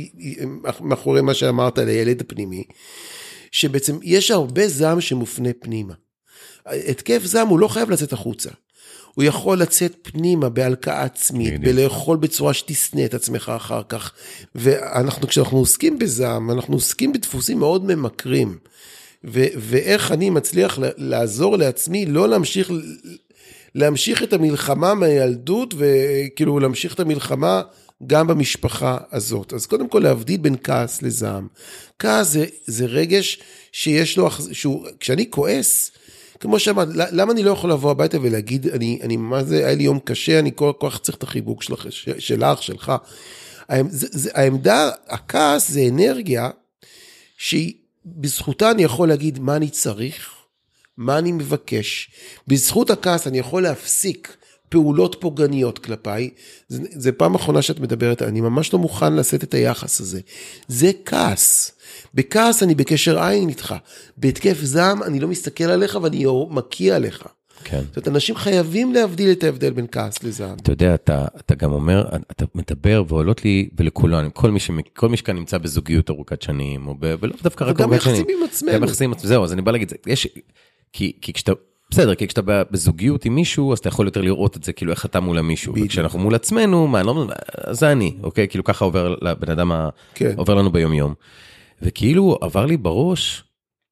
שמאחורי מה שאמרת על הילד הפנימי, שבעצם יש הרבה זעם שמופנה פנימה. התקף זעם הוא לא חייב לצאת החוצה. הוא יכול לצאת פנימה בהלקאה עצמית, בלאכול בצורה שתסנה את עצמך אחר כך, ואנחנו, כשאנחנו עוסקים בזעם, אנחנו עוסקים בדפוסים מאוד ממכרים, ו- ואיך אני מצליח לעזור לעצמי, לא להמשיך, להמשיך את המלחמה מהילדות, וכאילו להמשיך את המלחמה גם במשפחה הזאת. אז קודם כל להבדיל בין כעס לזעם. כעס זה, זה רגש שיש לו, שהוא, כשאני כועס, כמו שאמרת, למה אני לא יכול לבוא הביתה ולהגיד, אני, אני, מה זה, היה לי יום קשה, אני כל כך צריך את החיבוק שלך, שלך, שלך. העמדה, הכעס זה אנרגיה, שהיא, בזכותה אני יכול להגיד מה אני צריך, מה אני מבקש. בזכות הכעס אני יכול להפסיק פעולות פוגעניות כלפיי. זה, זה פעם אחרונה שאת מדברת, אני ממש לא מוכן לשאת את היחס הזה. זה כעס. בכעס אני בקשר עין איתך, בהתקף זעם אני לא מסתכל עליך ואני מקיע עליך. כן. זאת אומרת, אנשים חייבים להבדיל את ההבדל בין כעס לזעם. אתה יודע, אתה, אתה גם אומר, אתה מדבר ועולות לי ולכולנו, כל מי, כל מי שכאן נמצא בזוגיות ארוכת שנים, או ב, ולא דווקא רק ארוכת שנים. וגם יחסים עם עצמנו. גם יחסים עם עצמנו, זהו, אז אני בא להגיד, יש, כי, כי כשאתה, בסדר, כי כשאתה בזוגיות עם מישהו, אז אתה יכול יותר לראות את זה, כאילו איך אתה מול המישהו. וכשאנחנו מול עצמנו, מה, לא, זה אני, אוקיי? כאילו ככה עובר לבן אדם, כן. עובר לנו ביום יום. וכאילו עבר לי בראש,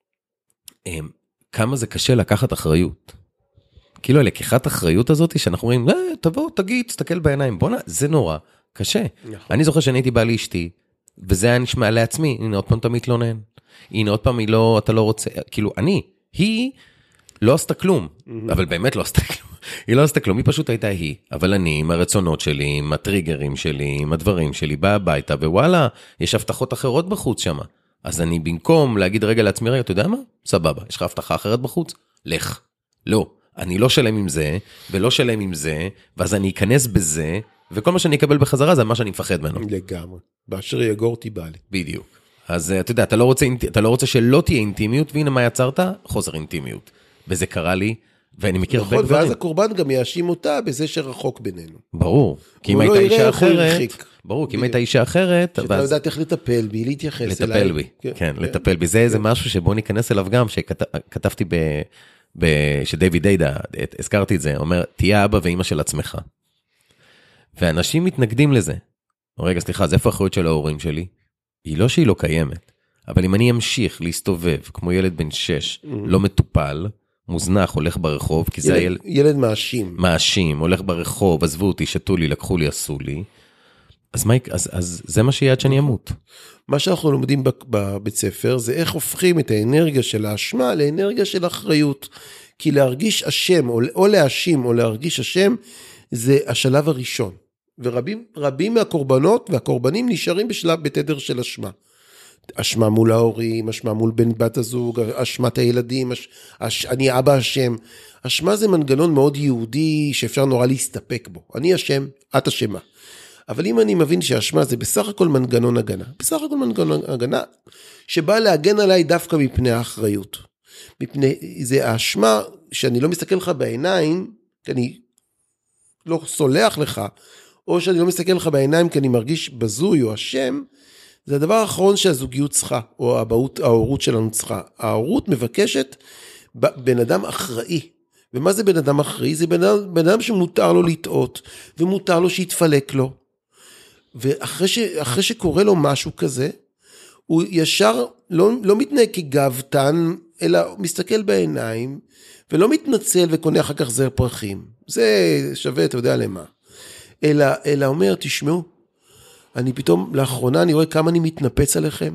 כמה זה קשה לקחת אחריות. כאילו הלקיחת אחריות הזאת, שאנחנו אומרים, תבוא, תגיד, תסתכל בעיניים, בוא נה, זה נורא, קשה. אני זוכר שאני הייתי בא לאשתי, וזה היה נשמע לעצמי, הנה עוד פעם אתה מתלונן, הנה עוד פעם היא לא, אתה לא רוצה, כאילו אני, היא לא עשתה כלום, אבל באמת לא עשתה כלום, היא לא עשתה כלום, היא פשוט הייתה היא, אבל אני עם הרצונות שלי, עם הטריגרים שלי, עם הדברים שלי, בא הביתה, ווואלה, יש הבטחות אחרות בחוץ שם, אז אני במקום להגיד רגע לעצמי, רגע, אתה יודע מה? סבבה, יש לך הבטחה אחרת בחוץ? לך. לא, אני לא שלם עם זה, ולא שלם עם זה, ואז אני אכנס בזה, וכל מה שאני אקבל בחזרה זה מה שאני מפחד ממנו. לגמרי, באשר יגור תיבא לי. בדיוק. אז אתה יודע, אתה לא רוצה, אתה לא רוצה שלא תהיה אינטימיות, והנה מה יצרת? חוסר אינטימיות. וזה קרה לי ואני מכיר הרבה נכון, דברים. ואז הקורבן גם יאשים אותה בזה שרחוק בינינו. ברור. כי אם הוא לא הייתה יראה אישה איך הוא אחרת, הרחיק. ברור, כי אם הייתה אישה אחרת, שאתה ואז- יודעת איך לטפל בי, להתייחס אליי. לטפל בי, כן, לטפל בי. זה איזה משהו שבוא ניכנס אליו גם, שכתבתי ב... ב- שדייוויד דיידה, הזכרתי את זה, אומר, תהיה אבא ואמא של עצמך. ואנשים מתנגדים לזה. רגע, סליחה, אז איפה האחריות של ההורים שלי? היא לא שהיא לא קיימת, אבל אם אני אמשיך להסתובב, כמו ילד בן שש, לא מטופל, מוזנח, הולך ברחוב, כי זה ילד, הילד... ילד מאשים. מאשים, הולך ברחוב, עזבו אותי, שתו לי, לקחו לי, עשו לי. אז, מה, אז, אז זה מה שיהיה עד שאני אמות. מה שאנחנו לומדים בבית ספר, זה איך הופכים את האנרגיה של האשמה לאנרגיה של אחריות. כי להרגיש אשם, או, או להאשים, או להרגיש אשם, זה השלב הראשון. ורבים רבים מהקורבנות והקורבנים נשארים בשלב בתדר של אשמה. אשמה מול ההורים, אשמה מול בן בת הזוג, אשמת הילדים, אש, אש, אני אבא אשם. אשמה זה מנגנון מאוד יהודי שאפשר נורא להסתפק בו. אני אשם, את אשמה. אבל אם אני מבין שהאשמה זה בסך הכל מנגנון הגנה, בסך הכל מנגנון הגנה, שבא להגן עליי דווקא מפני האחריות. מפני, זה האשמה שאני לא מסתכל לך בעיניים, כי אני לא סולח לך, או שאני לא מסתכל לך בעיניים כי אני מרגיש בזוי או אשם, זה הדבר האחרון שהזוגיות צריכה, או הבאות, ההורות שלנו צריכה. ההורות מבקשת בן אדם אחראי. ומה זה בן אדם אחראי? זה בן אדם, בן אדם שמותר לו לטעות, ומותר לו שיתפלק לו. ואחרי ש, אחרי שקורה לו משהו כזה, הוא ישר לא, לא מתנהג כגאוותן, אלא מסתכל בעיניים, ולא מתנצל וקונה אחר כך זר פרחים. זה שווה, אתה יודע למה. אלא, אלא אומר, תשמעו, אני פתאום, לאחרונה אני רואה כמה אני מתנפץ עליכם,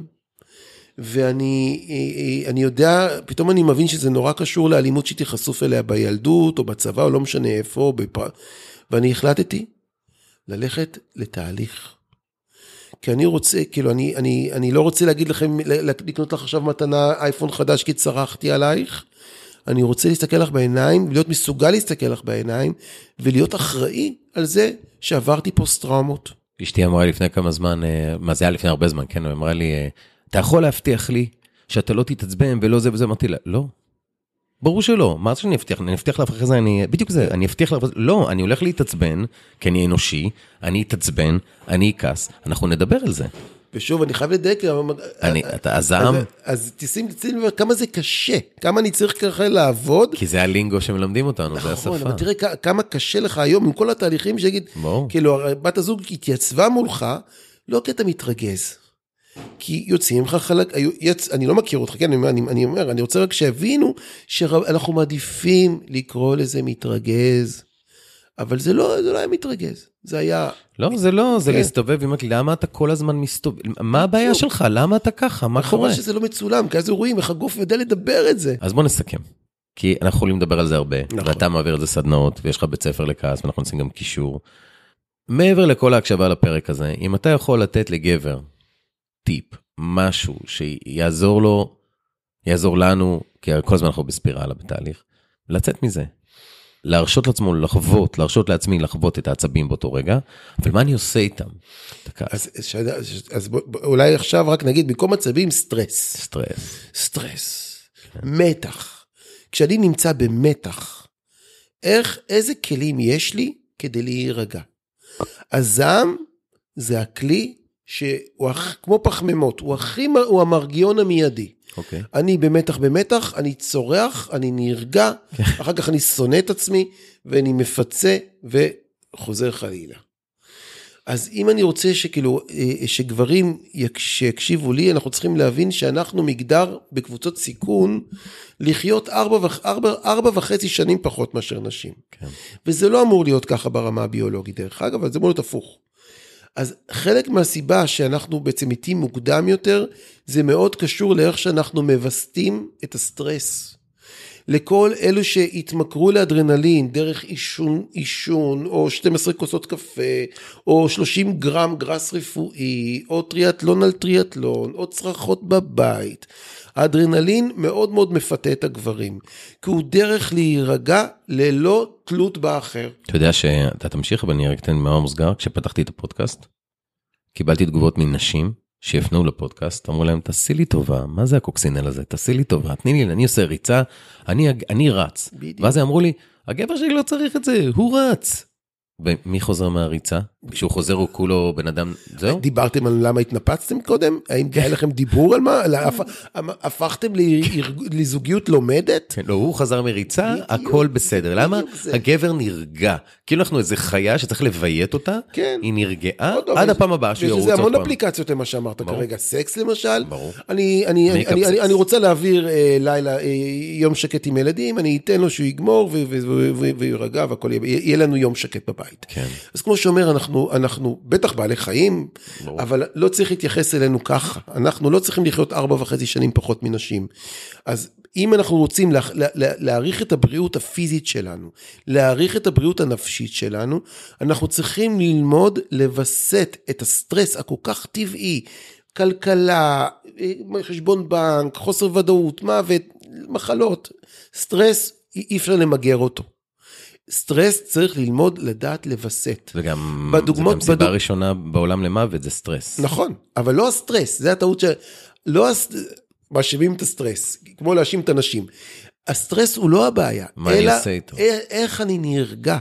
ואני אני יודע, פתאום אני מבין שזה נורא קשור לאלימות שהייתי חשוף אליה בילדות, או בצבא, או לא משנה איפה, או בפר... ואני החלטתי ללכת לתהליך. כי אני רוצה, כאילו, אני, אני, אני לא רוצה להגיד לכם, לקנות לך עכשיו מתנה אייפון חדש, כי צרחתי עלייך. אני רוצה להסתכל לך בעיניים, להיות מסוגל להסתכל לך בעיניים, ולהיות אחראי על זה שעברתי פוסט-טראומות. אשתי אמרה לפני כמה זמן, מה זה היה לפני הרבה זמן, כן, הוא אמרה לי, אתה יכול להבטיח לי שאתה לא תתעצבן ולא זה וזה, אמרתי לה, לא. ברור שלא, מה זה שאני אבטיח? אני אבטיח לך אחרי זה, אני, בדיוק זה, אני אבטיח לך, לא, אני הולך להתעצבן, כי אני אנושי, אני אתעצבן, אני אכעס, אנחנו נדבר על זה. ושוב, אני חייב לדייק, אני, אתה הזעם? אז, אז תשים, תשים, כמה זה קשה, כמה אני צריך ככה לעבוד. כי זה הלינגו שמלמדים אותנו, זה השפה. נכון, אבל תראה כמה קשה לך היום, עם כל התהליכים שיגיד, כאילו, בת הזוג התייצבה מולך, לא כי אתה מתרגז. כי יוצאים לך חלק, יצ... אני לא מכיר אותך, כן, אני, אני אומר, אני רוצה רק שהבינו שאנחנו מעדיפים לקרוא לזה מתרגז, אבל זה לא, זה לא היה מתרגז, זה היה... לא, זה לא, זה להסתובב, אמרתי, למה אתה כל הזמן מסתובב, מה הבעיה שלך, למה אתה ככה, מה קורה? חבל שזה לא מצולם, כי אז רואים איך הגוף יודע לדבר את זה. אז בוא נסכם, כי אנחנו יכולים לדבר על זה הרבה, ואתה מעביר את זה סדנאות, ויש לך בית ספר לכעס, ואנחנו נשים גם קישור. מעבר לכל ההקשבה לפרק הזה, אם אתה יכול לתת לגבר טיפ, משהו שיעזור לו, יעזור לנו, כי כל הזמן אנחנו בספירלה בתהליך, לצאת מזה. להרשות לעצמו לחוות, להרשות לעצמי לחוות את העצבים באותו רגע, אבל מה אני עושה איתם? אז, אז, אז אולי עכשיו רק נגיד, במקום עצבים, סטרס. סטרס. סטרס. מתח. כשאני נמצא במתח, איך, איזה כלים יש לי כדי להירגע? הזעם זה הכלי שהוא כמו פחמימות, הוא הכי, הוא המרגיון המיידי. Okay. אני במתח במתח, אני צורח, אני נרגע, אחר כך אני שונא את עצמי, ואני מפצה וחוזר חלילה. אז אם אני רוצה שכאילו, שגברים שיקשיבו לי, אנחנו צריכים להבין שאנחנו מגדר בקבוצות סיכון, לחיות ארבע, ארבע, ארבע וחצי שנים פחות מאשר נשים. כן. וזה לא אמור להיות ככה ברמה הביולוגית, דרך אגב, אבל זה אמור להיות הפוך. אז חלק מהסיבה שאנחנו בעצם מתים מוקדם יותר, זה מאוד קשור לאיך שאנחנו מבסטים את הסטרס. לכל אלו שהתמכרו לאדרנלין, דרך אישון, אישון, או שתים עשרה כוסות קפה, או שלושים גרם גרס רפואי, או טריאטלון על טריאטלון, או צרחות בבית. האדרנלין מאוד מאוד מפתה את הגברים, כי הוא דרך להירגע ללא תלות באחר. אתה יודע שאתה תמשיך, אבל אני רק אתן מאמר מוסגר, כשפתחתי את הפודקאסט, קיבלתי תגובות מנשים, שיפנו לפודקאסט, אמרו להם, תעשי לי טובה, מה זה הקוקסינל הזה? תעשי לי טובה, תני לי, אני עושה ריצה, אני, אני רץ. בדיוק. ואז אמרו לי, הגבר שלי לא צריך את זה, הוא רץ. ומי חוזר מהריצה? כשהוא חוזר הוא כולו בן אדם, זהו? דיברתם על למה התנפצתם קודם? האם היה לכם דיבור על מה? הפכתם לזוגיות לומדת? לא, הוא חזר מריצה, הכל בסדר. למה? הגבר נרגע. כאילו אנחנו איזה חיה שצריך לביית אותה, היא נרגעה, עד הפעם הבאה שהוא ירוץ עוד פעם. וזה המון אפליקציות למה שאמרת כרגע, סקס למשל. אני רוצה להעביר לילה, יום שקט עם ילדים, אני אתן לו שהוא יגמור וירגע, יהיה לנו יום שקט בבית. אז כמו שאומר, אנחנו, אנחנו בטח בעלי חיים, אבל לא צריך להתייחס אלינו ככה. אנחנו לא צריכים לחיות ארבע וחצי שנים פחות מנשים. אז אם אנחנו רוצים לה, לה, להעריך את הבריאות הפיזית שלנו, להעריך את הבריאות הנפשית שלנו, אנחנו צריכים ללמוד לבסט את הסטרס הכל כך טבעי, כלכלה, חשבון בנק, חוסר ודאות, מוות, מחלות. סטרס, אי אפשר למגר אותו. סטרס צריך ללמוד לדעת לבסט. וגם, בדוגמות, זה גם סיבה בדוג... ראשונה בעולם למוות, זה סטרס. נכון, אבל לא הסטרס, זה הטעות ש... לא הס... מאשימים את הסטרס, כמו להאשים את אנשים. הסטרס הוא לא הבעיה, מה אלא איתו? איך אני נרגע.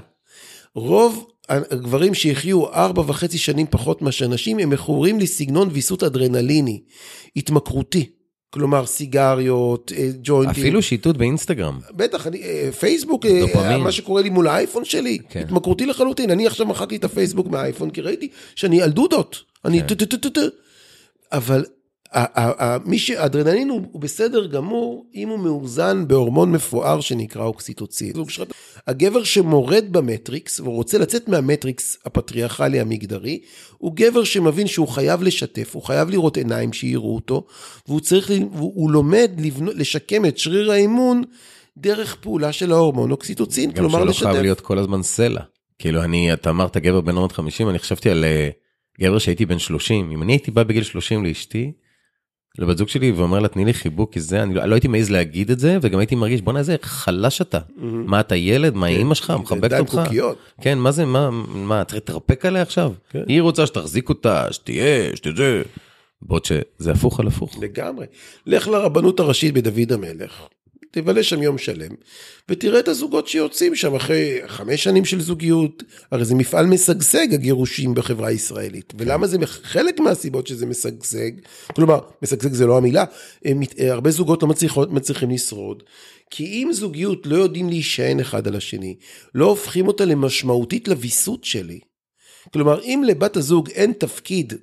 רוב הגברים שיחיו ארבע וחצי שנים פחות מאשר נשים, הם מכורים לסגנון ויסות אדרנליני, התמכרותי. כלומר, סיגריות, ג'וינטים. אפילו שיטות באינסטגרם. בטח, אני, פייסבוק, מה שקורה לי מול האייפון שלי, כן. התמכרותי לחלוטין. אני עכשיו מחקתי את הפייסבוק מהאייפון, כי ראיתי שאני על דודות. אני טטטטט. אבל מי שהאדרנלין הוא בסדר גמור, אם הוא מאוזן בהורמון מפואר שנקרא אוקסיטוצין. הגבר שמורד במטריקס, והוא רוצה לצאת מהמטריקס הפטריארכלי המגדרי, הוא גבר שמבין שהוא חייב לשתף, הוא חייב לראות עיניים שיראו אותו, והוא צריך, והוא לומד לשקם את שריר האימון, דרך פעולה של ההורמון אוקסיטוצין, כלומר לשתף. גם שלא חייב להיות כל הזמן סלע. כאילו אני, אתה אמרת גבר בן ארבע חמישים, אני חשבתי על גבר שהייתי בן שלושים, אם אני הייתי בא בגיל שלושים לאשתי, לבת זוג שלי, ואומר לה, תני לי חיבוק, כי זה, אני לא, לא הייתי מעז להגיד את זה, וגם הייתי מרגיש, בוא נעזה, חלש אתה. Mm-hmm. מה אתה ילד? מה אמא שלך? מחבקת אותך? קוקיות. כן, מה זה, מה, מה, אתה תרפק עליה עכשיו? כן. היא רוצה שתחזיק אותה, שתהיה, שתהיה, בעוד שזה הפוך על הפוך. לגמרי. לך לרבנות הראשית בדוד המלך, תבלה שם יום שלם, ותראה את הזוגות שיוצאים שם אחרי חמש שנים של זוגיות, הרי זה מפעל משגשג הגירושים בחברה הישראלית, ולמה זה חלק מהסיבות שזה משגשג, כלומר, משגשג זה לא המילה, הרבה זוגות לא מצליחות, מצליחים לשרוד, כי אם זוגיות לא יודעים להישען אחד על השני, לא הופכים אותה למשמעותית לביסות שלי, כלומר, אם לבת הזוג אין תפקיד,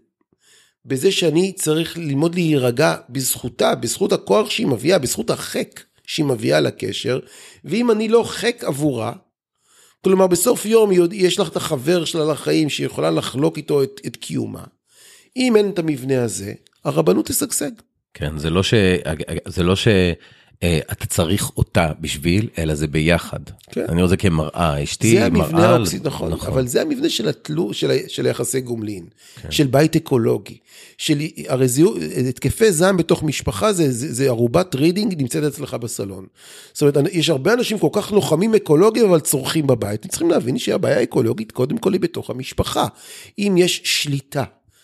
בזה שאני צריך ללמוד להירגע בזכותה, בזכות הכוח שהיא מביאה, בזכות החק, שהיא מביאה לקשר, ואם אני לא חק עבורה, כלומר בסוף יום יש לך את החבר שלה לחיים, שיכולה לחלוק איתו את, את קיומה, אם אין את המבנה הזה, הרבנות תשגשג. כן, זה לא ש... זה לא ש... אתה צריך אותה בשביל, אלא זה ביחד. כן. אני רואה זה כמראה, אשתי זה מראה... המבנה האוקסיד, נכון, נכון. אבל זה המבנה של, התלו, של, של היחסי גומלין, כן. של בית אקולוגי, של הרזיו, התקפי זעם בתוך משפחה, זה, זה, זה ערובת רידינג נמצאת אצלך בסלון. זאת אומרת, יש הרבה אנשים כל כך לוחמים אקולוגיים, אבל צורכים בבית. הם צריכים להבין שהבעיה האקולוגית, קודם כל היא בתוך המשפחה. אם יש שליטה,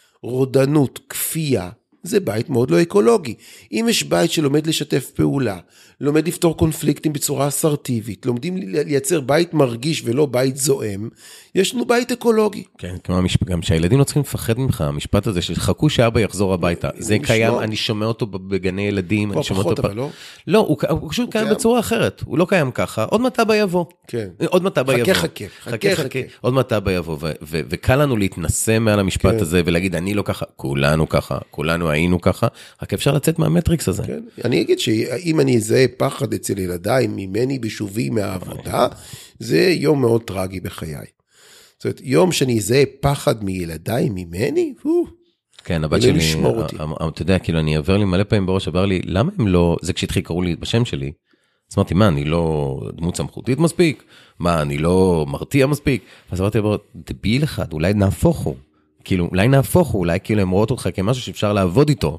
רודנות, כפייה, זה בית מאוד לא אקולוגי. אם יש בית שלומד לשתף פעולה, לומד לפתור קונפליקטים בצורה אסרטיבית, לומדים לייצר בית מרגיש ולא בית זועם, יש לנו בית אקולוגי. כן, גם שהילדים לא צריכים לפחד ממך, המשפט הזה שחכו שאבא יחזור הביתה, זה קיים, אני שומע אותו בגני ילדים, אני שומע אותו... לא? לא, הוא פשוט קיים בצורה אחרת, הוא לא קיים ככה, עוד מעט אבא יבוא. כן. עוד מעט אבא יבוא. חכה, חכה, חכה. עוד מעט אבא יבוא, וקל לנו להתנסה מעל המשפט הזה, ולהגיד, אני לא ככה, כולנו ככה, כולנו היינו ככה, רק אפשר לצאת מהמטריקס הזה. כן. אני אגיד שאם אני אזהה פחד אצל ילדיי ממני בשובי מהעבודה, זה יום מאוד טרגי בחיי. זאת אומרת, יום שאני אזהה פחד מילדיי ממני, הוא... כן, הבת שלי, אתה יודע, כאילו אני עבר לי מלא פעמים בראש, עבר לי, למה הם לא, זה כשהתחיל קראו לי בשם שלי, אז אמרתי, מה, אני לא דמות סמכותית מספיק? מה, אני לא מרתיע מספיק? אז אמרתי, דביל אחד, אולי נהפוך הוא. כאילו, אולי נהפוך הוא, אולי כאילו הם רואות אותך כמשהו שאפשר לעבוד איתו.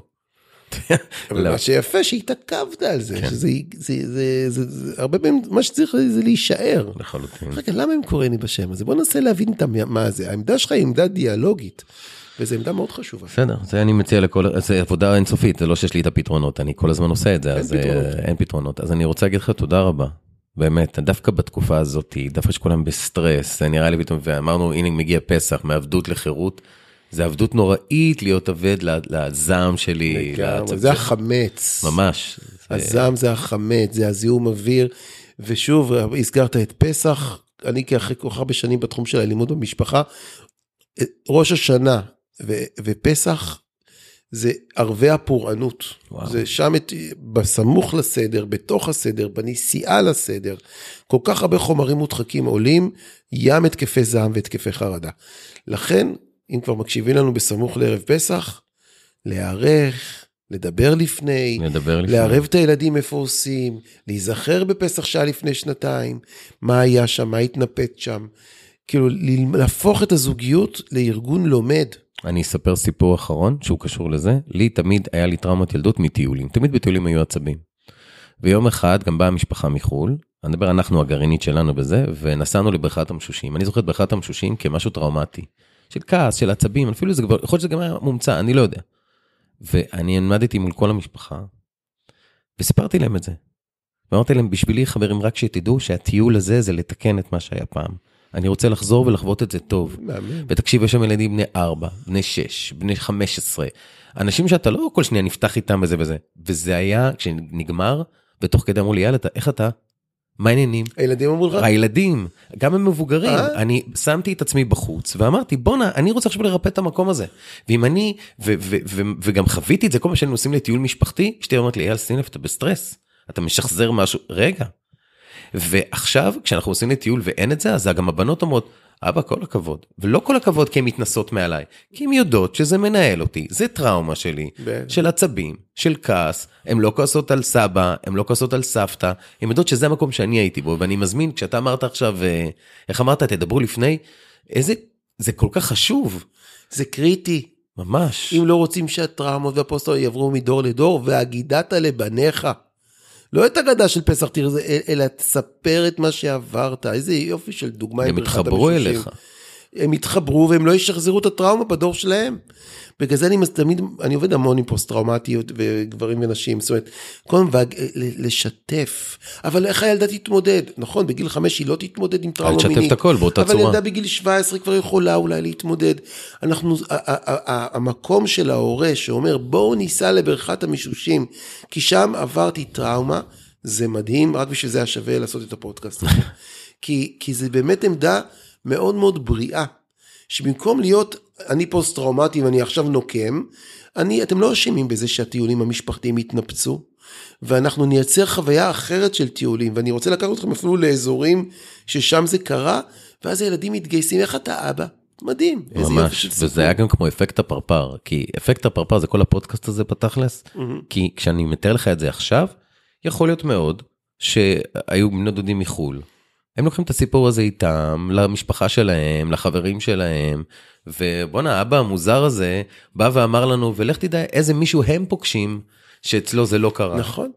אבל מה שיפה שהתעכבת על זה, שזה, זה, זה, זה, הרבה פעמים, מה שצריך זה להישאר. לחלוטין. רגע, למה הם קוראים לי בשם הזה? בוא ננסה להבין מה זה. העמדה שלך היא עמדה דיאלוגית. וזו עמדה מאוד חשובה. בסדר, זה אני מציע לכל, זה עבודה אינסופית, זה לא שיש לי את הפתרונות, אני כל הזמן עושה את זה, אין אז פתרונות. אין פתרונות. אז אני רוצה להגיד לך תודה רבה, באמת, דווקא בתקופה הזאת, דווקא שכולם בסטרס, זה נראה לי פתאום, ואמרנו, הנה מגיע פסח, מעבדות לחירות, זה עבדות נוראית להיות עבד לזעם שלי. זה החמץ. ממש. הזעם זה החמץ, זה הזיהום אוויר, ושוב, הזכרת את פסח, אני כאחרי כל כך הרבה שנים בתחום של הלימוד במשפחה, ראש השנה ו- ופסח, זה ערבי הפורענות. וואו. זה שם את, בסמוך לסדר, בתוך הסדר, בנסיעה לסדר, כל כך הרבה חומרים מודחקים עולים, ים התקפי זעם והתקפי חרדה. לכן, אם כבר מקשיבים לנו בסמוך לערב פסח, להיערך, לדבר לפני, לדבר לפני. לערב את הילדים איפה עושים, להיזכר בפסח שעה לפני שנתיים, מה היה שם, מה התנפט שם, כאילו להפוך את הזוגיות לארגון לומד. אני אספר סיפור אחרון שהוא קשור לזה, לי תמיד היה לי טראומת ילדות מטיולים, תמיד בטיולים היו עצבים. ויום אחד גם באה המשפחה מחול, אני מדבר אנחנו הגרעינית שלנו בזה, ונסענו לבריכת המשושים, אני זוכר את בריכת המשושים כמשהו טראומטי, של כעס, של עצבים, אפילו זה כבר, יכול להיות שזה גם היה מומצא, אני לא יודע. ואני עמדתי מול כל המשפחה, וסיפרתי להם את זה. ואמרתי להם, בשבילי חברים, רק שתדעו שהטיול הזה זה לתקן את מה שהיה פעם. אני רוצה לחזור ולחוות את זה טוב. ותקשיב, יש שם ילדים בני ארבע, בני שש, בני חמש עשרה. אנשים שאתה לא כל שניה נפתח איתם וזה וזה. וזה היה, כשנגמר, ותוך כדי אמרו לי, יאללה, איך אתה? מה העניינים? הילדים אמרו לך? הילדים, גם הם מבוגרים. אני שמתי את עצמי בחוץ, ואמרתי, בונה, אני רוצה עכשיו לרפא את המקום הזה. ואם אני, וגם חוויתי את זה, כל מה שהיינו עושים לטיול משפחתי, שתי אומרת לי, יאללה, שים לב, אתה בסטרס, אתה משחזר משהו, רגע. ועכשיו, כשאנחנו עושים לטיול ואין את זה, אז גם הבנות אומרות, אבא, כל הכבוד. ולא כל הכבוד כי הן מתנסות מעליי, כי הן יודעות שזה מנהל אותי, זה טראומה שלי, של עצבים, של כעס, הן לא כועסות על סבא, הן לא כועסות על סבתא, הן יודעות שזה המקום שאני הייתי בו, ואני מזמין, כשאתה אמרת עכשיו, איך אמרת, תדברו לפני, איזה, זה כל כך חשוב. זה קריטי. ממש. אם לא רוצים שהטראומות והפוסטות יעברו מדור לדור, והגידת לבניך. לא את הגדה של פסח תרזה, אלא תספר את מה שעברת. איזה יופי של דוגמה. הם התחברו אליך. הם התחברו והם לא ישחזרו את הטראומה בדור שלהם. בגלל זה אני תמיד, אני עובד המון עם פוסט-טראומטיות וגברים ונשים, זאת אומרת, קודם לשתף, אבל איך הילדה תתמודד? נכון, בגיל חמש היא לא תתמודד עם טראומה מינית. לשתף את הכל באותה צורה. אבל ילדה בגיל שבע עשרה כבר יכולה אולי להתמודד. אנחנו, המקום של ההורה שאומר, בואו ניסע לבריכת המשושים, כי שם עברתי טראומה, זה מדהים, רק בשביל זה היה שווה לעשות את הפודקאסט. כי, כי זה באמת עמדה מאוד מאוד בריאה, שבמקום להיות, אני פוסט-טראומטי ואני עכשיו נוקם, אני, אתם לא אשמים בזה שהטיולים המשפחתיים התנפצו, ואנחנו נייצר חוויה אחרת של טיולים, ואני רוצה לקחת אתכם אפילו לאזורים ששם זה קרה, ואז הילדים מתגייסים, איך אתה אבא? מדהים. ממש, וזה היה גם כמו אפקט הפרפר, כי אפקט הפרפר זה כל הפודקאסט הזה בתכלס, כי כשאני מתאר לך את זה עכשיו, יכול להיות מאוד שהיו בני דודים מחול, הם לוקחים את הסיפור הזה איתם, למשפחה שלהם, לחברים שלהם, ובוא'נה, האבא המוזר הזה, בא ואמר לנו, ולך תדע איזה מישהו הם פוגשים, שאצלו זה לא קרה. נכון.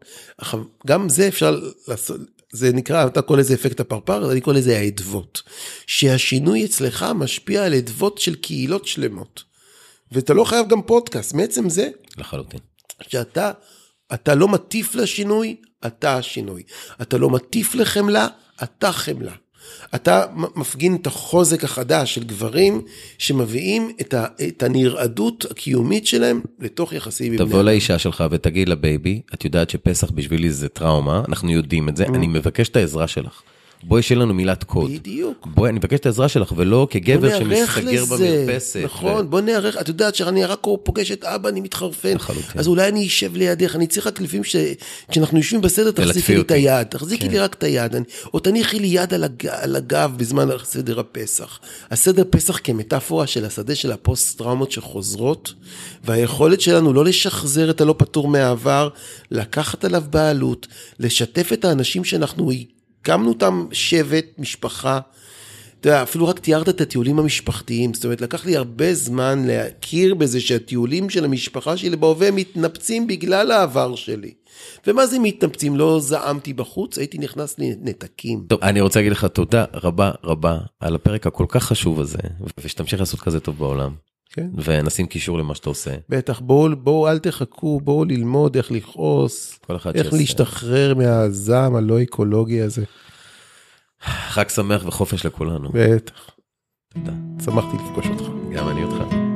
גם זה אפשר לעשות, זה נקרא, אתה קורא לזה אפקט הפרפר, אני קורא לזה העדבות. שהשינוי אצלך משפיע על עדבות של קהילות שלמות. ואתה לא חייב גם פודקאסט, מעצם זה. לחלוטין. שאתה, אתה לא מטיף לשינוי, אתה השינוי. אתה לא מטיף לחמלה, אתה חמלה. אתה מפגין את החוזק החדש של גברים שמביאים את, ה, את הנרעדות הקיומית שלהם לתוך יחסים. תבוא לאישה שלך ותגיד לבייבי, את יודעת שפסח בשבילי זה טראומה, אנחנו יודעים את זה, אני מבקש את העזרה שלך. בואי שיהיה לנו מילת קוד. בדיוק. בואי, אני מבקש את העזרה שלך, ולא כגבר שמסתגר במרפסת. נכון, ו... בוא נערך, את יודעת שאני רק פוגש את אבא, אני מתחרפן. אז אולי אני אשב לידך, אני צריך רק לפעמים שכשאנחנו יושבים בסדר, תחזיקי לי את היד, תחזיקי לי רק את היד, או תניחי לי יד על הגב בזמן סדר הפסח. הסדר פסח כמטאפורה של השדה של הפוסט-טראומות שחוזרות, והיכולת שלנו לא לשחזר את הלא פטור מהעבר, לקחת עליו בעלות, לשתף את האנשים שאנחנו קמנו אותם שבט, משפחה, אתה יודע, אפילו רק תיארת את הטיולים המשפחתיים, זאת אומרת, לקח לי הרבה זמן להכיר בזה שהטיולים של המשפחה שלי בהווה מתנפצים בגלל העבר שלי. ומה זה מתנפצים? לא זעמתי בחוץ, הייתי נכנס לנתקים. טוב, אני רוצה להגיד לך תודה רבה רבה על הפרק הכל כך חשוב הזה, ושתמשיך לעשות כזה טוב בעולם. כן. ונשים קישור למה שאתה עושה. בטח, בואו, בואו, אל תחכו, בואו ללמוד איך לכעוס, איך שעשה. להשתחרר מהזעם הלא אקולוגי הזה. חג שמח וחופש לכולנו. בטח. תודה. שמחתי לפגוש אותך. גם אני אותך.